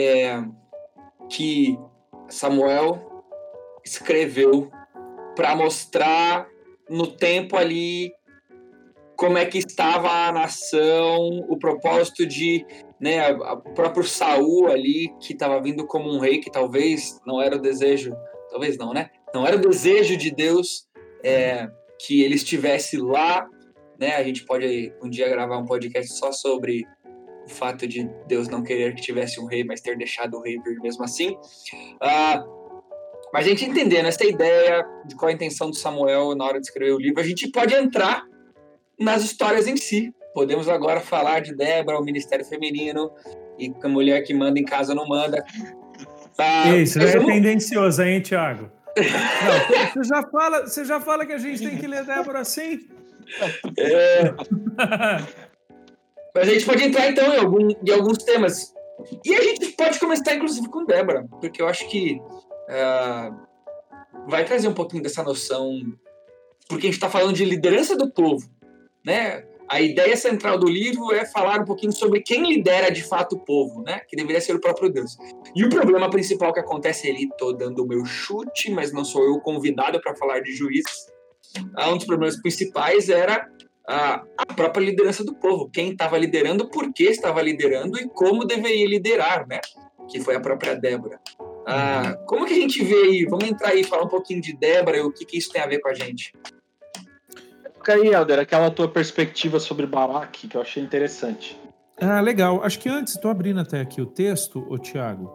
que Samuel escreveu para mostrar no tempo ali como é que estava a nação, o propósito de, né, o próprio Saul ali, que estava vindo como um rei, que talvez não era o desejo, talvez não, né? Não era o desejo de Deus que ele estivesse lá, né? A gente pode um dia gravar um podcast só sobre o fato de Deus não querer que tivesse um rei, mas ter deixado o rei vir mesmo assim. Mas a gente entendendo essa ideia de qual a intenção do Samuel na hora de escrever o livro, a gente pode entrar nas histórias em si. Podemos agora falar de Débora, o ministério feminino, e a mulher que manda em casa não manda. Isso é tendencioso, hein, Thiago? Não, você já fala que a gente tem que ler Débora assim? Mas a gente pode entrar, então, em alguns temas. E a gente pode começar, inclusive, com Débora, porque eu acho que vai trazer um pouquinho dessa noção, porque a gente está falando de liderança do povo, né? A ideia central do livro é falar um pouquinho sobre quem lidera de fato o povo, né? Que deveria ser o próprio Deus. E o problema principal que acontece ali, estou dando o meu chute, mas não sou eu convidado para falar de juízes. Um dos problemas principais era a própria liderança do povo. Quem estava liderando, por que estava liderando e como deveria liderar, né? Que foi a própria Débora. Como que a gente vê aí? Vamos entrar aí e falar um pouquinho de Débora e o que isso tem a ver com a gente. Fica aí, Helder, aquela tua perspectiva sobre Baraque, que eu achei interessante. Legal. Acho que antes, estou abrindo até aqui o texto, Tiago.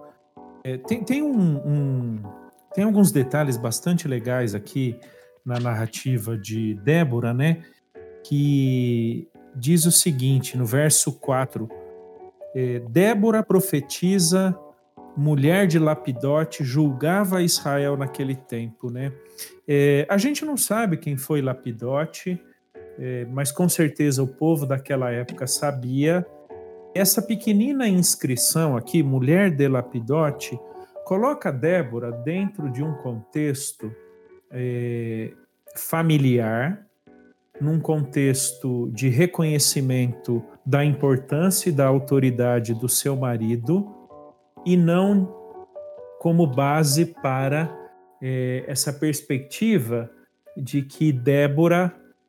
Tem alguns detalhes bastante legais aqui na narrativa de Débora, né? Que diz o seguinte, no verso 4. Débora profetiza, mulher de Lapidote, julgava Israel naquele tempo, né? A gente não sabe quem foi Lapidote, mas com certeza o povo daquela época sabia. Essa pequenina inscrição aqui, mulher de Lapidote, coloca Débora dentro de um contexto familiar, num contexto de reconhecimento da importância e da autoridade do seu marido, e não como base para essa perspectiva de que Débora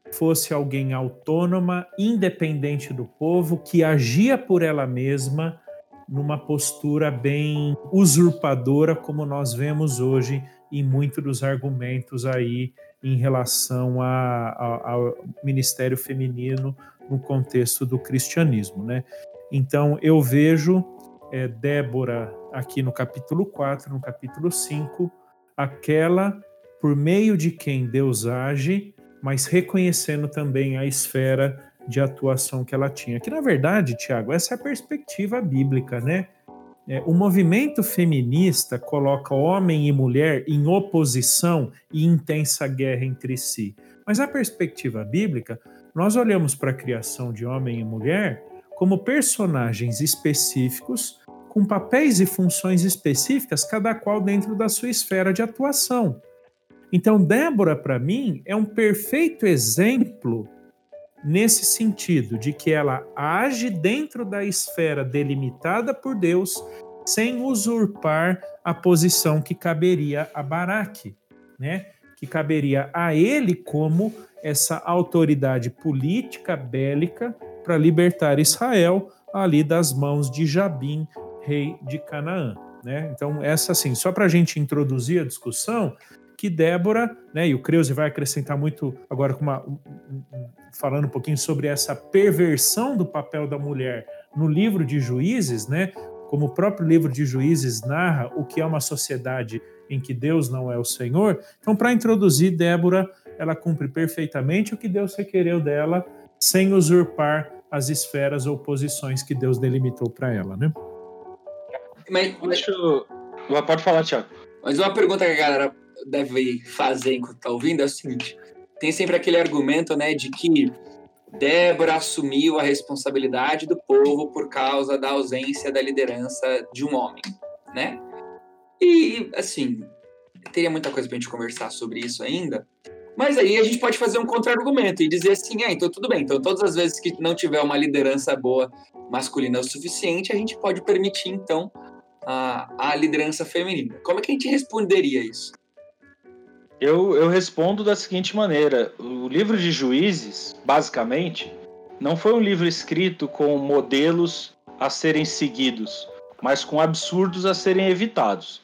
fosse alguém autônoma, independente do povo, que agia por ela mesma numa postura bem usurpadora, como nós vemos hoje em muitos dos argumentos aí em relação ao ministério feminino no contexto do cristianismo, né? Então, eu vejo Débora aqui no capítulo 4, no capítulo 5, aquela por meio de quem Deus age, mas reconhecendo também a esfera de atuação que ela tinha. Que, na verdade, Tiago, essa é a perspectiva bíblica, né? O movimento feminista coloca homem e mulher em oposição e intensa guerra entre si. Mas a perspectiva bíblica, nós olhamos para a criação de homem e mulher como personagens específicos, com papéis e funções específicas, cada qual dentro da sua esfera de atuação. Então, Débora, para mim, é um perfeito exemplo nesse sentido, de que ela age dentro da esfera delimitada por Deus, sem usurpar a posição que caberia a Baraque, né? Que caberia a ele como essa autoridade política, bélica, para libertar Israel ali das mãos de Jabim, rei de Canaã, né? Então, essa assim, só para a gente introduzir a discussão, que Débora, né, e o Kreuze vai acrescentar muito agora falando um pouquinho sobre essa perversão do papel da mulher no livro de Juízes, né, como o próprio livro de Juízes narra o que é uma sociedade em que Deus não é o Senhor. Então, para introduzir, Débora, ela cumpre perfeitamente o que Deus requereu dela, sem usurpar as esferas ou posições que Deus delimitou para ela, né? Pode falar, Tiago. Mas uma pergunta que a galera deve fazer enquanto tá ouvindo é o seguinte: tem sempre aquele argumento, né, de que Débora assumiu a responsabilidade do povo por causa da ausência da liderança de um homem, né? E, assim, teria muita coisa pra gente conversar sobre isso ainda, mas aí a gente pode fazer um contra-argumento e dizer assim, então tudo bem, então todas as vezes que não tiver uma liderança boa masculina o suficiente, a gente pode permitir, então, a liderança feminina. Como é que a gente responderia isso? Eu respondo da seguinte maneira: o livro de Juízes, basicamente, não foi um livro escrito com modelos a serem seguidos, mas com absurdos a serem evitados.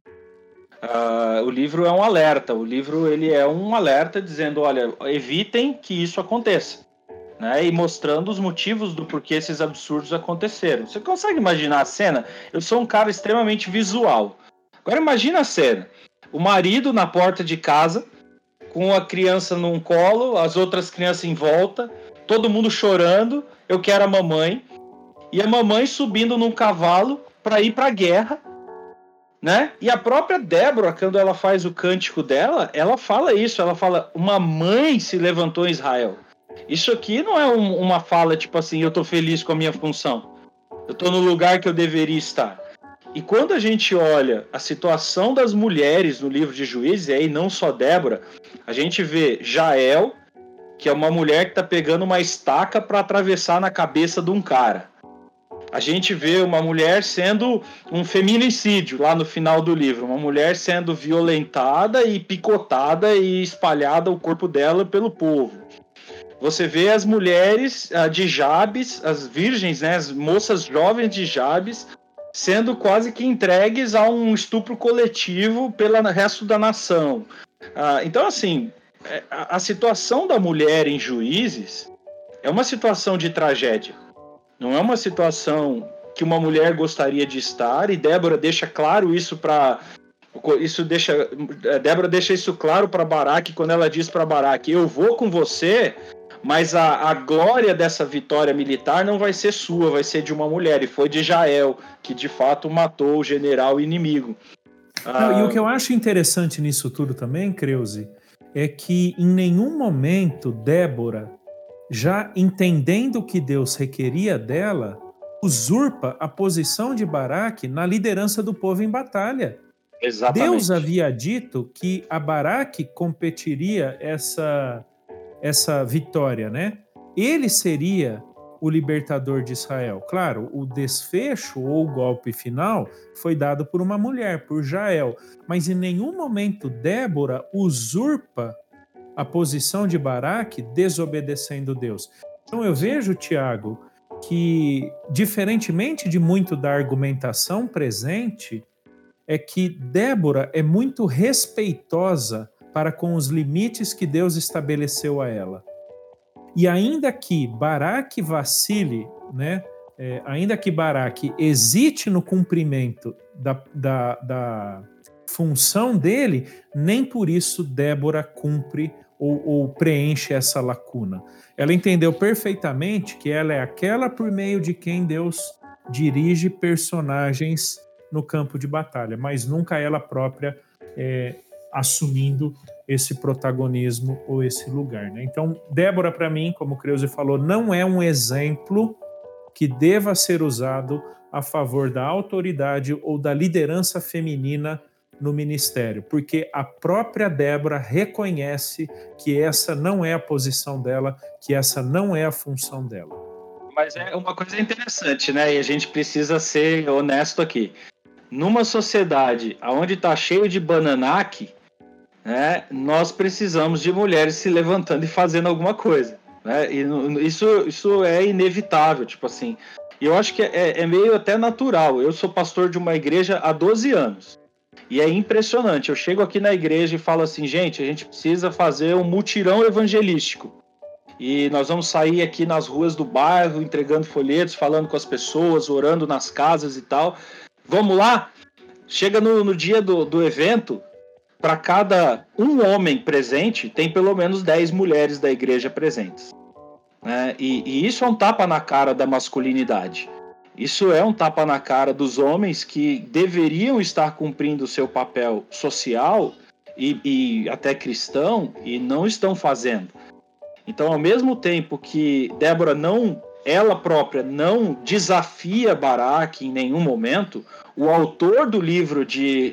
O livro é um alerta, ele é um alerta dizendo, olha, evitem que isso aconteça, né? E mostrando os motivos do porquê esses absurdos aconteceram. Você consegue imaginar a cena? Eu sou um cara extremamente visual. Agora imagina a cena: o marido na porta de casa, com a criança num colo, as outras crianças em volta, todo mundo chorando, eu quero a mamãe, e a mamãe subindo num cavalo para ir para a guerra, né? E a própria Débora, quando ela faz o cântico dela, ela fala isso, ela fala, uma mãe se levantou em Israel. Isso aqui não é uma fala tipo assim, eu tô feliz com a minha função, eu tô no lugar que eu deveria estar. E quando a gente olha a situação das mulheres no livro de Juízes, e aí não só Débora, a gente vê Jael, que é uma mulher que está pegando uma estaca para atravessar na cabeça de um cara. A gente vê uma mulher sendo um feminicídio lá no final do livro, uma mulher sendo violentada e picotada e espalhada o corpo dela pelo povo. Você vê as mulheres de Jabes, as virgens, né, as moças jovens de Jabes, sendo quase que entregues a um estupro coletivo pelo resto da nação. Então, assim, a situação da mulher em Juízes é uma situação de tragédia. Não é uma situação que uma mulher gostaria de estar, e Débora deixa claro isso para... Débora deixa isso claro para Baraque quando ela diz para Baraque, eu vou com você, mas a glória dessa vitória militar não vai ser sua, vai ser de uma mulher, e foi de Jael, que de fato matou o general inimigo. E o que eu acho interessante nisso tudo também, Kreuze, é que em nenhum momento Débora, já entendendo o que Deus requeria dela, usurpa a posição de Baraque na liderança do povo em batalha. Exatamente. Deus havia dito que a Baraque competiria essa vitória, né? Ele seria o libertador de Israel. Claro, o desfecho ou o golpe final foi dado por uma mulher, por Jael, mas em nenhum momento Débora usurpa a posição de Baraque desobedecendo Deus. Então eu vejo, Tiago, que diferentemente de muito da argumentação presente, é que Débora é muito respeitosa para com os limites que Deus estabeleceu a ela. E ainda que Baraque vacile, né? Ainda que Baraque hesite no cumprimento da função dele, nem por isso Débora cumpre ou preenche essa lacuna. Ela entendeu perfeitamente que ela é aquela por meio de quem Deus dirige personagens no campo de batalha, mas nunca ela própria assumindo esse protagonismo ou esse lugar, né? Então, Débora, para mim, como o Kreuze falou, não é um exemplo que deva ser usado a favor da autoridade ou da liderança feminina no ministério, porque a própria Débora reconhece que essa não é a posição dela, que essa não é a função dela. Mas é uma coisa interessante, né? E a gente precisa ser honesto aqui. Numa sociedade onde está cheio de bananaque, né, nós precisamos de mulheres se levantando e fazendo alguma coisa, né? E isso é inevitável, tipo assim. E eu acho que é meio até natural. Eu sou pastor de uma igreja há 12 anos. E é impressionante. Eu chego aqui na igreja e falo assim, gente, a gente precisa fazer um mutirão evangelístico. E nós vamos sair aqui nas ruas do bairro, entregando folhetos, falando com as pessoas, orando nas casas e tal. Vamos lá? Chega no dia do evento, para cada um homem presente, tem pelo menos 10 mulheres da igreja presentes. Né? E isso é um tapa na cara da masculinidade. Isso é um tapa na cara dos homens que deveriam estar cumprindo o seu papel social e até cristão e não estão fazendo. Então, ao mesmo tempo que Débora ela própria não desafia Baraque em nenhum momento, o autor do livro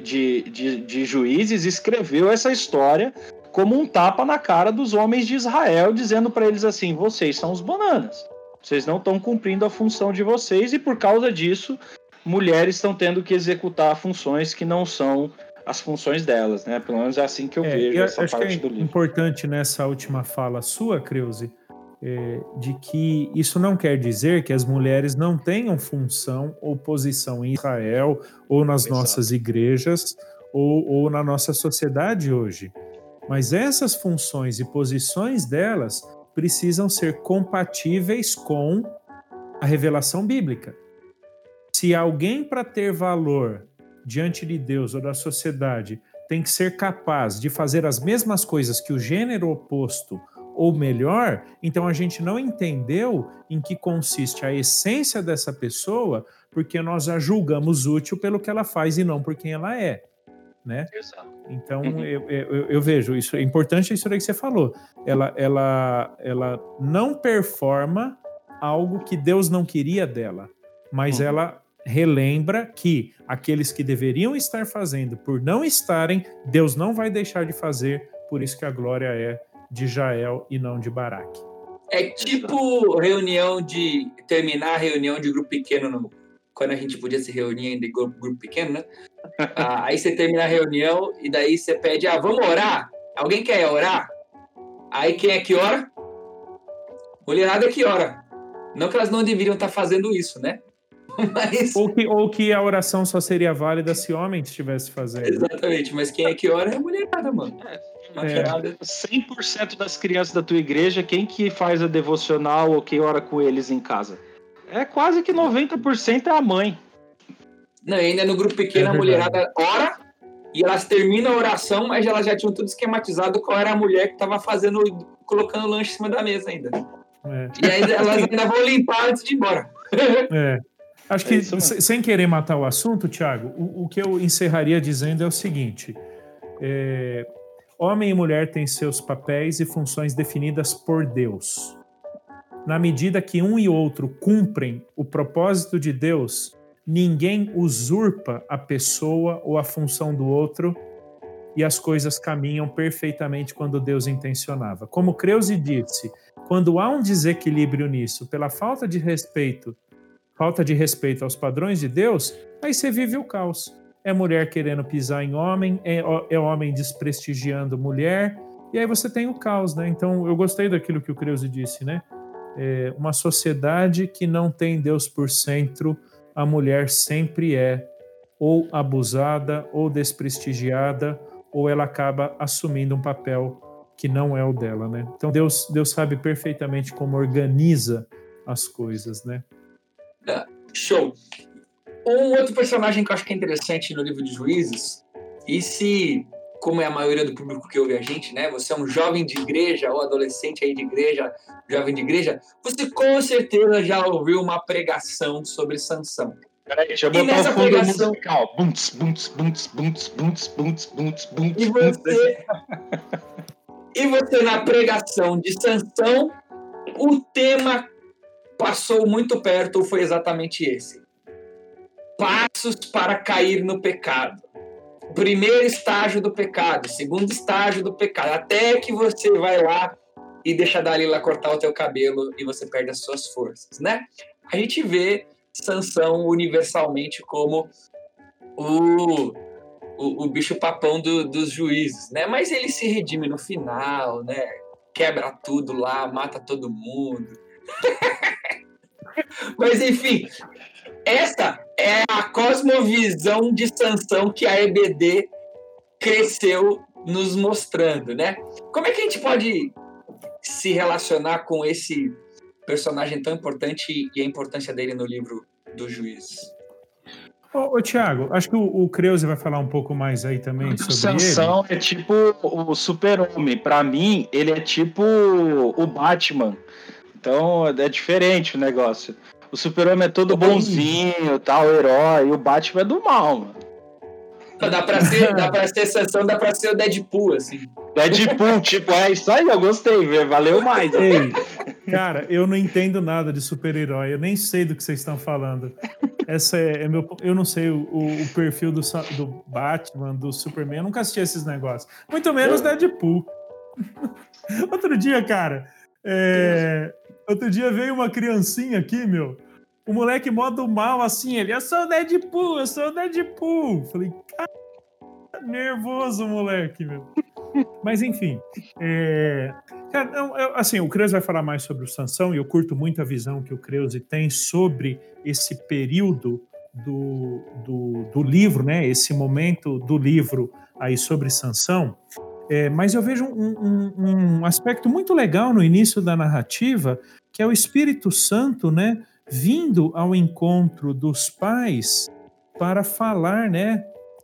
de Juízes escreveu essa história como um tapa na cara dos homens de Israel, dizendo para eles assim, vocês são os bananas, vocês não estão cumprindo a função de vocês e por causa disso, mulheres estão tendo que executar funções que não são as funções delas, né? Pelo menos é assim que eu vejo essa parte do livro. É importante nessa última fala sua, Kreuze, de que isso não quer dizer que as mulheres não tenham função ou posição em Israel ou nas nossas igrejas ou na nossa sociedade hoje. Mas essas funções e posições delas precisam ser compatíveis com a revelação bíblica. Se alguém, para ter valor diante de Deus ou da sociedade, tem que ser capaz de fazer as mesmas coisas que o gênero oposto ou melhor, então a gente não entendeu em que consiste a essência dessa pessoa, porque nós a julgamos útil pelo que ela faz e não por quem ela é, né? Então eu vejo isso, é importante isso aí que você falou. Ela não performa algo que Deus não queria dela, mas ela relembra que aqueles que deveriam estar fazendo por não estarem, Deus não vai deixar de fazer, por isso que a glória é de Jael e não de Baraque. É tipo terminar a reunião de grupo pequeno, quando a gente podia se reunir em grupo pequeno, né? Aí você termina a reunião e daí você pede, vamos orar? Alguém quer orar? Aí quem é que ora? Mulherada é que ora. Não que elas não deveriam estar fazendo isso, né? Mas... Ou que a oração só seria válida se homem estivesse fazendo. Exatamente, mas quem é que ora é a mulherada, mano. 100% das crianças da tua igreja, quem que faz a devocional ou quem ora com eles em casa? É quase que 90% é a mãe. Não, e ainda no grupo pequeno a mulherada ora e elas terminam a oração, mas elas já tinham tudo esquematizado qual era a mulher que estava colocando o lanche em cima da mesa ainda. E aí elas ainda vão limpar antes de ir embora. Acho que, sem querer matar o assunto, Tiago, o que eu encerraria dizendo é o seguinte: homem e mulher têm seus papéis e funções definidas por Deus. Na medida que um e outro cumprem o propósito de Deus, ninguém usurpa a pessoa ou a função do outro e as coisas caminham perfeitamente quando Deus intencionava. Como Kreuze disse, quando há um desequilíbrio nisso, pela falta de respeito aos padrões de Deus, aí você vive o caos. É mulher querendo pisar em homem, é homem desprestigiando mulher, E aí você tem o caos, né? Então eu gostei daquilo que o Kreuze disse, né? Uma sociedade que não tem Deus por centro, a mulher sempre é ou abusada, ou desprestigiada, ou ela acaba assumindo um papel que não é o dela, né? Então Deus sabe perfeitamente como organiza as coisas, né? Show! Um outro personagem que eu acho que é interessante no livro de Juízes, e se, como é a maioria do público que ouve a gente, né? Você é um jovem de igreja, ou adolescente aí de igreja, jovem de igreja, você com certeza já ouviu uma pregação sobre Sansão. Peraí, deixa eu botar o fundo musical. Bunts, bunts, bunts, bunts, bunts, bunts, bunts, bunts. E você na pregação de Sansão, o tema passou muito perto, foi exatamente esse. Passos para cair no pecado. Primeiro estágio do pecado, segundo estágio do pecado, até que você vai lá e deixa a Dalila cortar o teu cabelo e você perde as suas forças, né? A gente vê Sansão universalmente como o bicho-papão dos juízes, né? Mas ele se redime no final, né? Quebra tudo lá, mata todo mundo. Mas, enfim, essa é a cosmovisão de Sansão que a EBD cresceu nos mostrando, né? Como é que a gente pode se relacionar com esse personagem tão importante e a importância dele no livro dos Juízes? Ô Thiago, acho que o Kreuze vai falar um pouco mais aí também sobre Sansão ele. É tipo o super-homem. Pra mim, ele é tipo o Batman. Então, é diferente o negócio. O super-homem é todo bonzinho, tal, herói. E o Batman é do mal, mano. Dá pra ser Sansão, dá pra ser o Deadpool, assim. Deadpool, tipo, é isso aí, eu gostei, valeu mais. Ei, cara, eu não entendo nada de super-herói, eu nem sei do que vocês estão falando. Essa é meu. Eu não sei o perfil do Batman, do Superman, eu nunca assisti esses negócios. Muito menos Deadpool. Outro dia, cara, outro dia veio uma criancinha aqui, meu. O moleque mó do mal, assim, eu sou o Deadpool, eu sou o Deadpool. Falei, cara, nervoso, moleque, meu. Mas, enfim, cara, assim, o Kreuze vai falar mais sobre o Sansão, e eu curto muito a visão que o Kreuze tem sobre esse período do livro, né? Esse momento do livro aí sobre Sansão. Mas eu vejo um aspecto muito legal no início da narrativa, que é o Espírito Santo, né, vindo ao encontro dos pais para falar, né,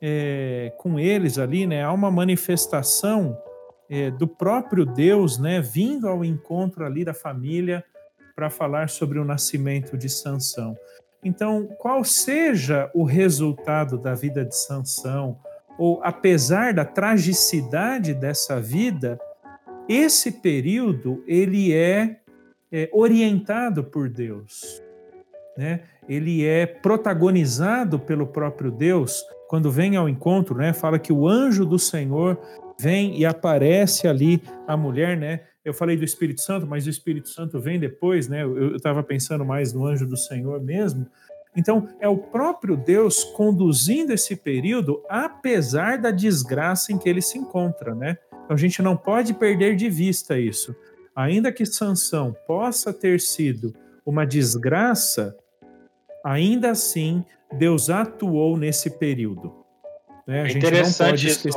com eles ali, né, há uma manifestação do próprio Deus, né, vindo ao encontro ali da família para falar sobre o nascimento de Sansão. Então, qual seja o resultado da vida de Sansão, ou apesar da tragicidade dessa vida, esse período ele é orientado por Deus, né? Ele é protagonizado pelo próprio Deus. Quando vem ao encontro, né, fala que o anjo do Senhor vem e aparece ali a mulher, né? Eu falei do Espírito Santo, mas o Espírito Santo vem depois, né? Eu estava pensando mais no anjo do Senhor mesmo. Então, é o próprio Deus conduzindo esse período, apesar da desgraça em que ele se encontra, né? Então, a gente não pode perder de vista isso. Ainda que Sansão possa ter sido uma desgraça, ainda assim, Deus atuou nesse período. Né? A gente não pode esquecer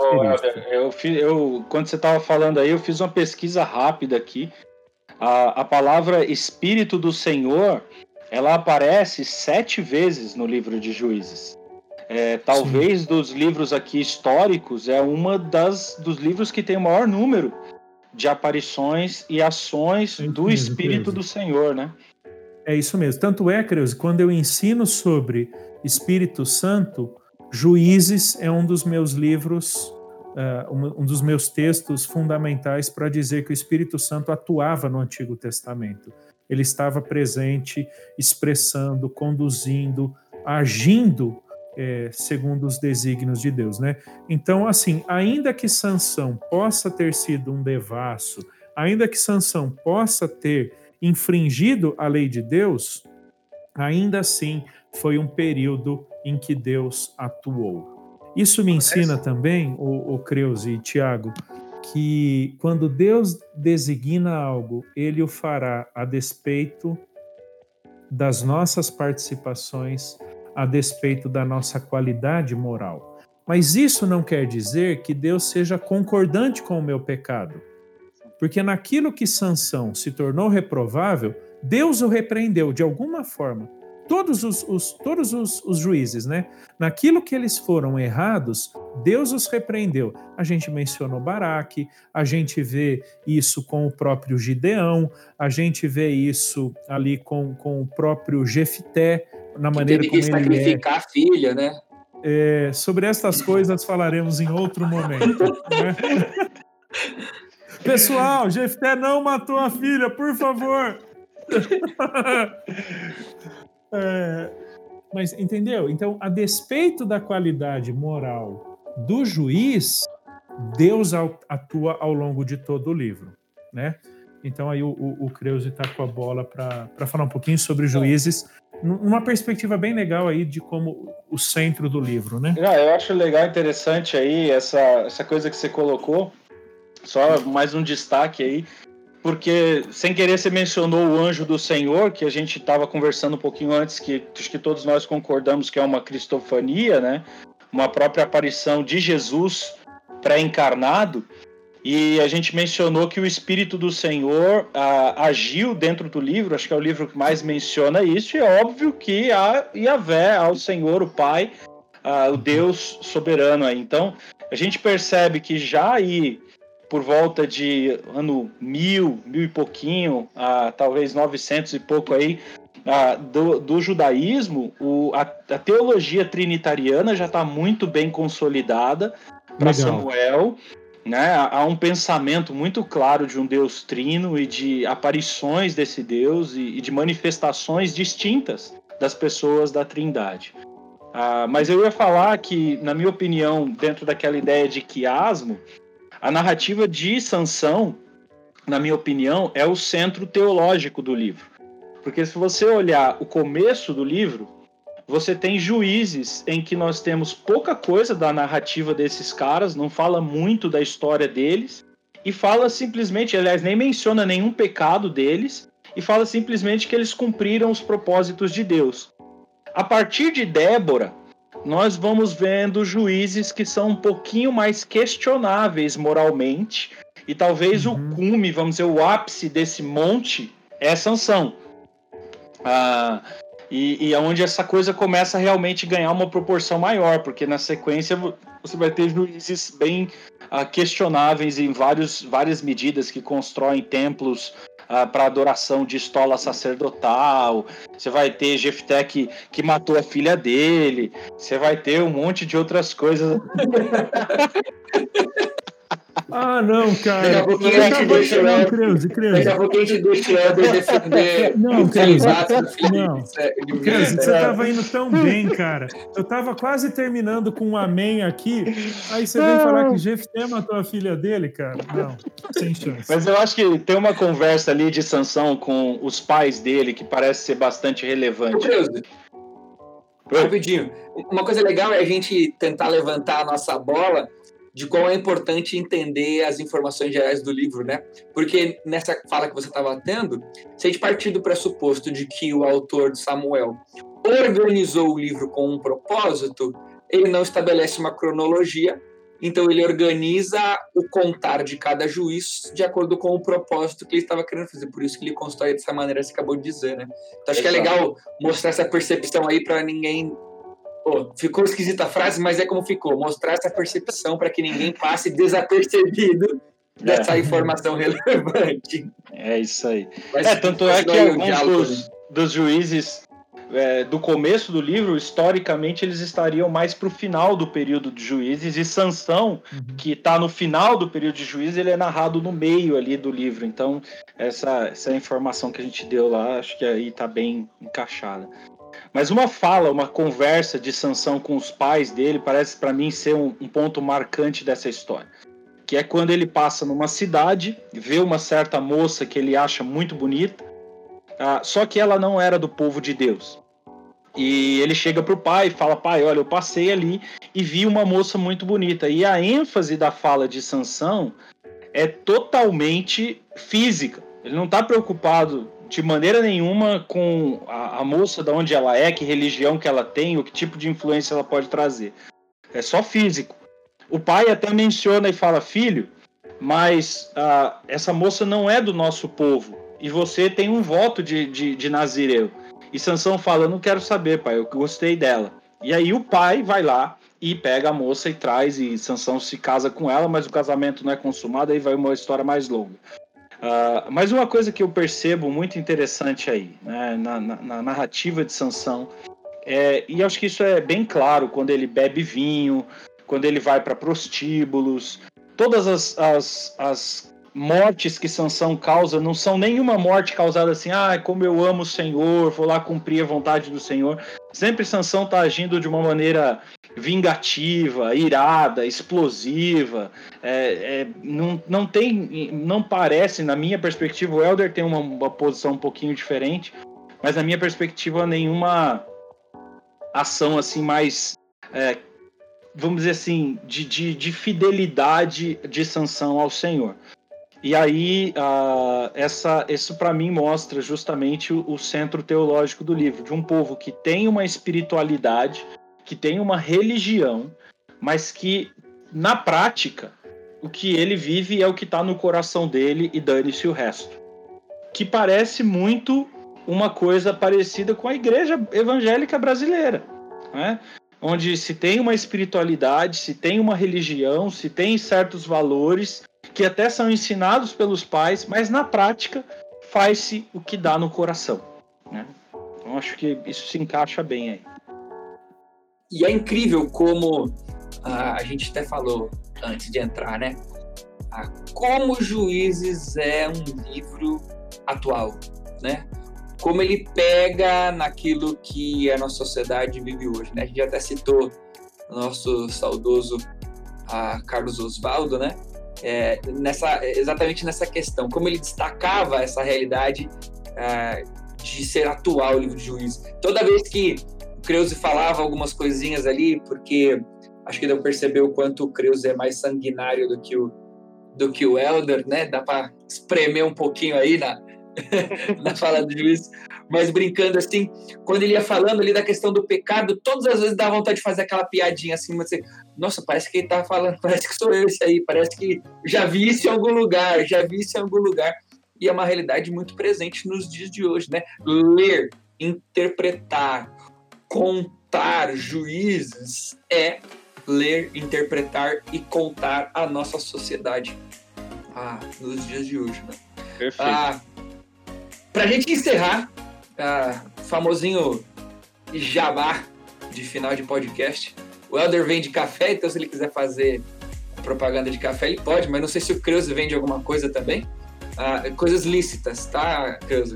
isso. Quando você estava falando aí, eu fiz uma pesquisa rápida aqui. A palavra Espírito do Senhor, ela aparece 7 vezes no livro de Juízes. Talvez dos livros aqui históricos, é uma dos livros que tem o maior número de aparições e ações do Espírito do Senhor, né? É isso mesmo. Tanto é, Kreuze, quando eu ensino sobre Espírito Santo, Juízes é um dos meus livros, um dos meus textos fundamentais para dizer que o Espírito Santo atuava no Antigo Testamento. Ele estava presente, expressando, conduzindo, agindo segundo os desígnios de Deus, né? Então, assim, ainda que Sansão possa ter sido um devasso, ainda que Sansão possa ter infringido a lei de Deus, ainda assim foi um período em que Deus atuou. Isso me ensina também, o Kreuze e Tiago, que quando Deus designa algo, Ele o fará a despeito das nossas participações, a despeito da nossa qualidade moral. Mas isso não quer dizer que Deus seja concordante com o meu pecado. Porque naquilo que Sansão se tornou reprovável, Deus o repreendeu de alguma forma. Todos os juízes, né? Naquilo que eles foram errados, Deus os repreendeu. A gente mencionou Baraque, a gente vê isso com o próprio Gideão, a gente vê isso ali com o próprio Jefté, na maneira como ele sacrificar a filha, né? Sobre estas coisas falaremos em outro momento, né? Pessoal, Jefté não matou a filha, por favor. Mas entendeu? Então, a despeito da qualidade moral do juiz, Deus atua ao longo de todo o livro, né? Então aí o Kreuze está com a bola para falar um pouquinho sobre juízes, numa perspectiva bem legal aí de como o centro do livro, né? Eu acho legal, interessante aí essa coisa que você colocou, só mais um destaque aí, porque sem querer você mencionou o anjo do Senhor, que a gente estava conversando um pouquinho antes, que acho que todos nós concordamos que é uma cristofania, né? Uma própria aparição de Jesus pré-encarnado, e a gente mencionou que o Espírito do Senhor agiu dentro do livro, acho que é o livro que mais menciona isso, e é óbvio que há Yahvé, ao Senhor, o Pai, o Deus soberano aí. Então, a gente percebe que já aí, por volta de ano 1000 e pouquinho, talvez 900 e pouco aí, do judaísmo, a teologia trinitariana já está muito bem consolidada para Samuel, né? Há um pensamento muito claro de um Deus trino e de aparições desse Deus e de manifestações distintas das pessoas da Trindade. Mas eu ia falar que, na minha opinião, dentro daquela ideia de quiasmo, a narrativa de Sansão, na minha opinião, é o centro teológico do livro. Porque se você olhar o começo do livro, você tem juízes em que nós temos pouca coisa da narrativa desses caras, não fala muito da história deles, e fala simplesmente, aliás, nem menciona nenhum pecado deles, e fala simplesmente que eles cumpriram os propósitos de Deus. A partir de Débora, nós vamos vendo juízes que são um pouquinho mais questionáveis moralmente, e talvez o cume, vamos dizer, o ápice desse monte é Sansão. E é onde essa coisa começa a realmente ganhar uma proporção maior, porque na sequência você vai ter juízes bem questionáveis em várias medidas, que constroem templos para adoração de estola sacerdotal. Você vai ter Jefté que matou a filha dele. Você vai ter um monte de outras coisas. Não, cara. Daqui a pouquinho a gente deixa o Helder defender o celibato do filho. Kreuze, você tava indo tão bem, cara. Eu tava quase terminando com um amém aqui, aí você vem falar que Jefté matou a filha dele, cara. Não, sem chance. Mas eu acho que tem uma conversa ali de Sansão com os pais dele que parece ser bastante relevante. Kreuze, rapidinho. Uma coisa legal é a gente tentar levantar a nossa bola de qual é importante entender as informações gerais do livro, né? Porque nessa fala que você estava tendo, se a gente partir do pressuposto de que o autor de Samuel organizou o livro com um propósito, ele não estabelece uma cronologia, então ele organiza o contar de cada juiz de acordo com o propósito que ele estava querendo fazer. Por isso que ele constrói dessa maneira que você acabou de dizer, né? Então acho que é legal mostrar essa percepção aí para ninguém... ficou esquisita a frase, mas é como ficou. Mostrar essa percepção para que ninguém passe desapercebido dessa informação relevante. É isso aí. Tanto é que alguns dos juízes do começo do livro, historicamente, eles estariam mais para o final do período de juízes, e Sansão, que está no final do período de juízes, ele é narrado no meio ali do livro. Então, essa informação que a gente deu lá, acho que aí está bem encaixada. Mas uma conversa de Sansão com os pais dele parece para mim ser um ponto marcante dessa história, que é quando ele passa numa cidade, vê uma certa moça que ele acha muito bonita, só que ela não era do povo de Deus. E ele chega pro pai e fala: pai, olha, eu passei ali e vi uma moça muito bonita. E a ênfase da fala de Sansão é totalmente física. Ele não está preocupado de maneira nenhuma com a moça, de onde ela é, que religião que ela tem, ou que tipo de influência ela pode trazer. É só físico. O pai até menciona e fala, filho, mas essa moça não é do nosso povo, e você tem um voto de nazireu. E Sansão fala, eu não quero saber, pai, eu gostei dela. E aí o pai vai lá e pega a moça e traz, e Sansão se casa com ela, mas o casamento não é consumado, aí vai uma história mais longa. Mas uma coisa que eu percebo muito interessante aí, né, na narrativa de Sansão, e acho que isso é bem claro quando ele bebe vinho, quando ele vai para prostíbulos, todas as mortes que Sansão causa não são nenhuma morte causada assim, como eu amo o Senhor, vou lá cumprir a vontade do Senhor. Sempre Sansão está agindo de uma maneira vingativa, irada, explosiva. Não parece, na minha perspectiva, o Elder tem uma posição um pouquinho diferente, mas na minha perspectiva nenhuma ação assim mais, vamos dizer assim, de fidelidade de Sansão ao Senhor. E aí, isso para mim mostra justamente o centro teológico do livro, de um povo que tem uma espiritualidade, que tem uma religião, mas que, na prática, o que ele vive é o que está no coração dele e dane-se o resto. Que parece muito uma coisa parecida com a igreja evangélica brasileira, né? Onde se tem uma espiritualidade, se tem uma religião, se tem certos valores que até são ensinados pelos pais, mas na prática faz-se o que dá no coração, né? Então acho que isso se encaixa bem aí. E é incrível como a gente até falou antes de entrar, né? Como Juízes é um livro atual, né? Como ele pega naquilo que a nossa sociedade vive hoje, né? A gente até citou o nosso saudoso Carlos Oswaldo, né? Exatamente nessa questão, como ele destacava essa realidade de ser atual o livro de Juízes. Toda vez que o Krause falava algumas coisinhas ali, porque acho que deu para perceber o quanto o Krause é mais sanguinário do que o Elder, né? Dá para espremer um pouquinho aí na fala do Juiz, mas brincando assim, quando ele ia falando ali da questão do pecado, todas as vezes dá vontade de fazer aquela piadinha assim, mas assim, nossa, parece que ele tá falando, parece que sou eu esse aí, parece que já vi isso em algum lugar, e é uma realidade muito presente nos dias de hoje, né? Ler, interpretar, contar Juízes é ler, interpretar e contar a nossa sociedade nos dias de hoje, né? Perfeito. Pra gente encerrar, famosinho jabá de final de podcast, o Elder vende café, então se ele quiser fazer propaganda de café, ele pode, mas não sei se o Krause vende alguma coisa também. Coisas lícitas, tá, Krause?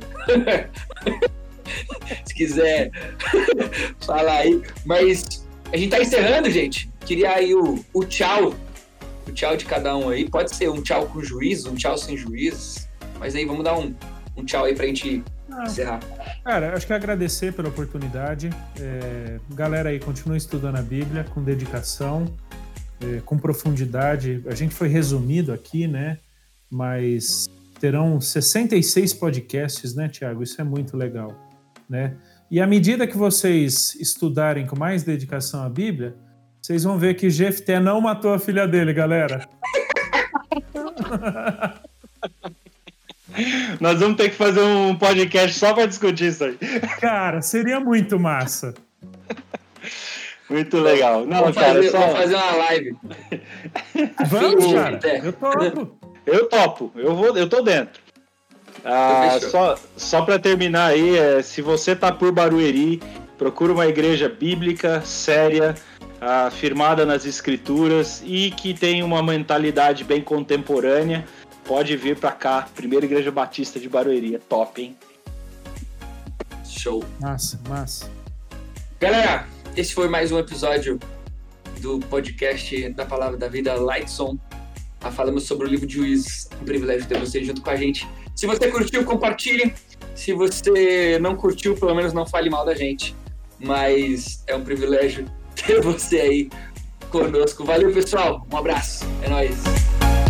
Se quiser falar aí. Mas a gente tá encerrando, gente. Queria aí o tchau de cada um aí. Pode ser um tchau com juízo, um tchau sem juízes, mas aí vamos dar um tchau aí pra gente encerrar. Cara, acho que agradecer pela oportunidade. Galera aí, continue estudando a Bíblia com dedicação, com profundidade. A gente foi resumido aqui, né? Mas terão 66 podcasts, né, Tiago? Isso é muito legal, né? E à medida que vocês estudarem com mais dedicação a Bíblia, vocês vão ver que Jefté não matou a filha dele, galera. Nós vamos ter que fazer um podcast só para discutir isso aí. Cara, seria muito massa. Muito legal. Não, vamos fazer uma live. Vamos, cara. Eu topo. Eu tô dentro. Só para terminar aí, se você tá por Barueri, procura uma igreja bíblica, séria, firmada nas escrituras e que tem uma mentalidade bem contemporânea. Pode vir pra cá, Primeira Igreja Batista de Barueri, é top, hein? Show. Massa. Galera, esse foi mais um episódio do podcast da Palavra da Vida, Lightson. Falamos sobre o livro de Juízes. Um privilégio ter você junto com a gente. Se você curtiu, compartilhe. Se você não curtiu, pelo menos não fale mal da gente. Mas é um privilégio ter você aí conosco. Valeu, pessoal. Um abraço. É nóis.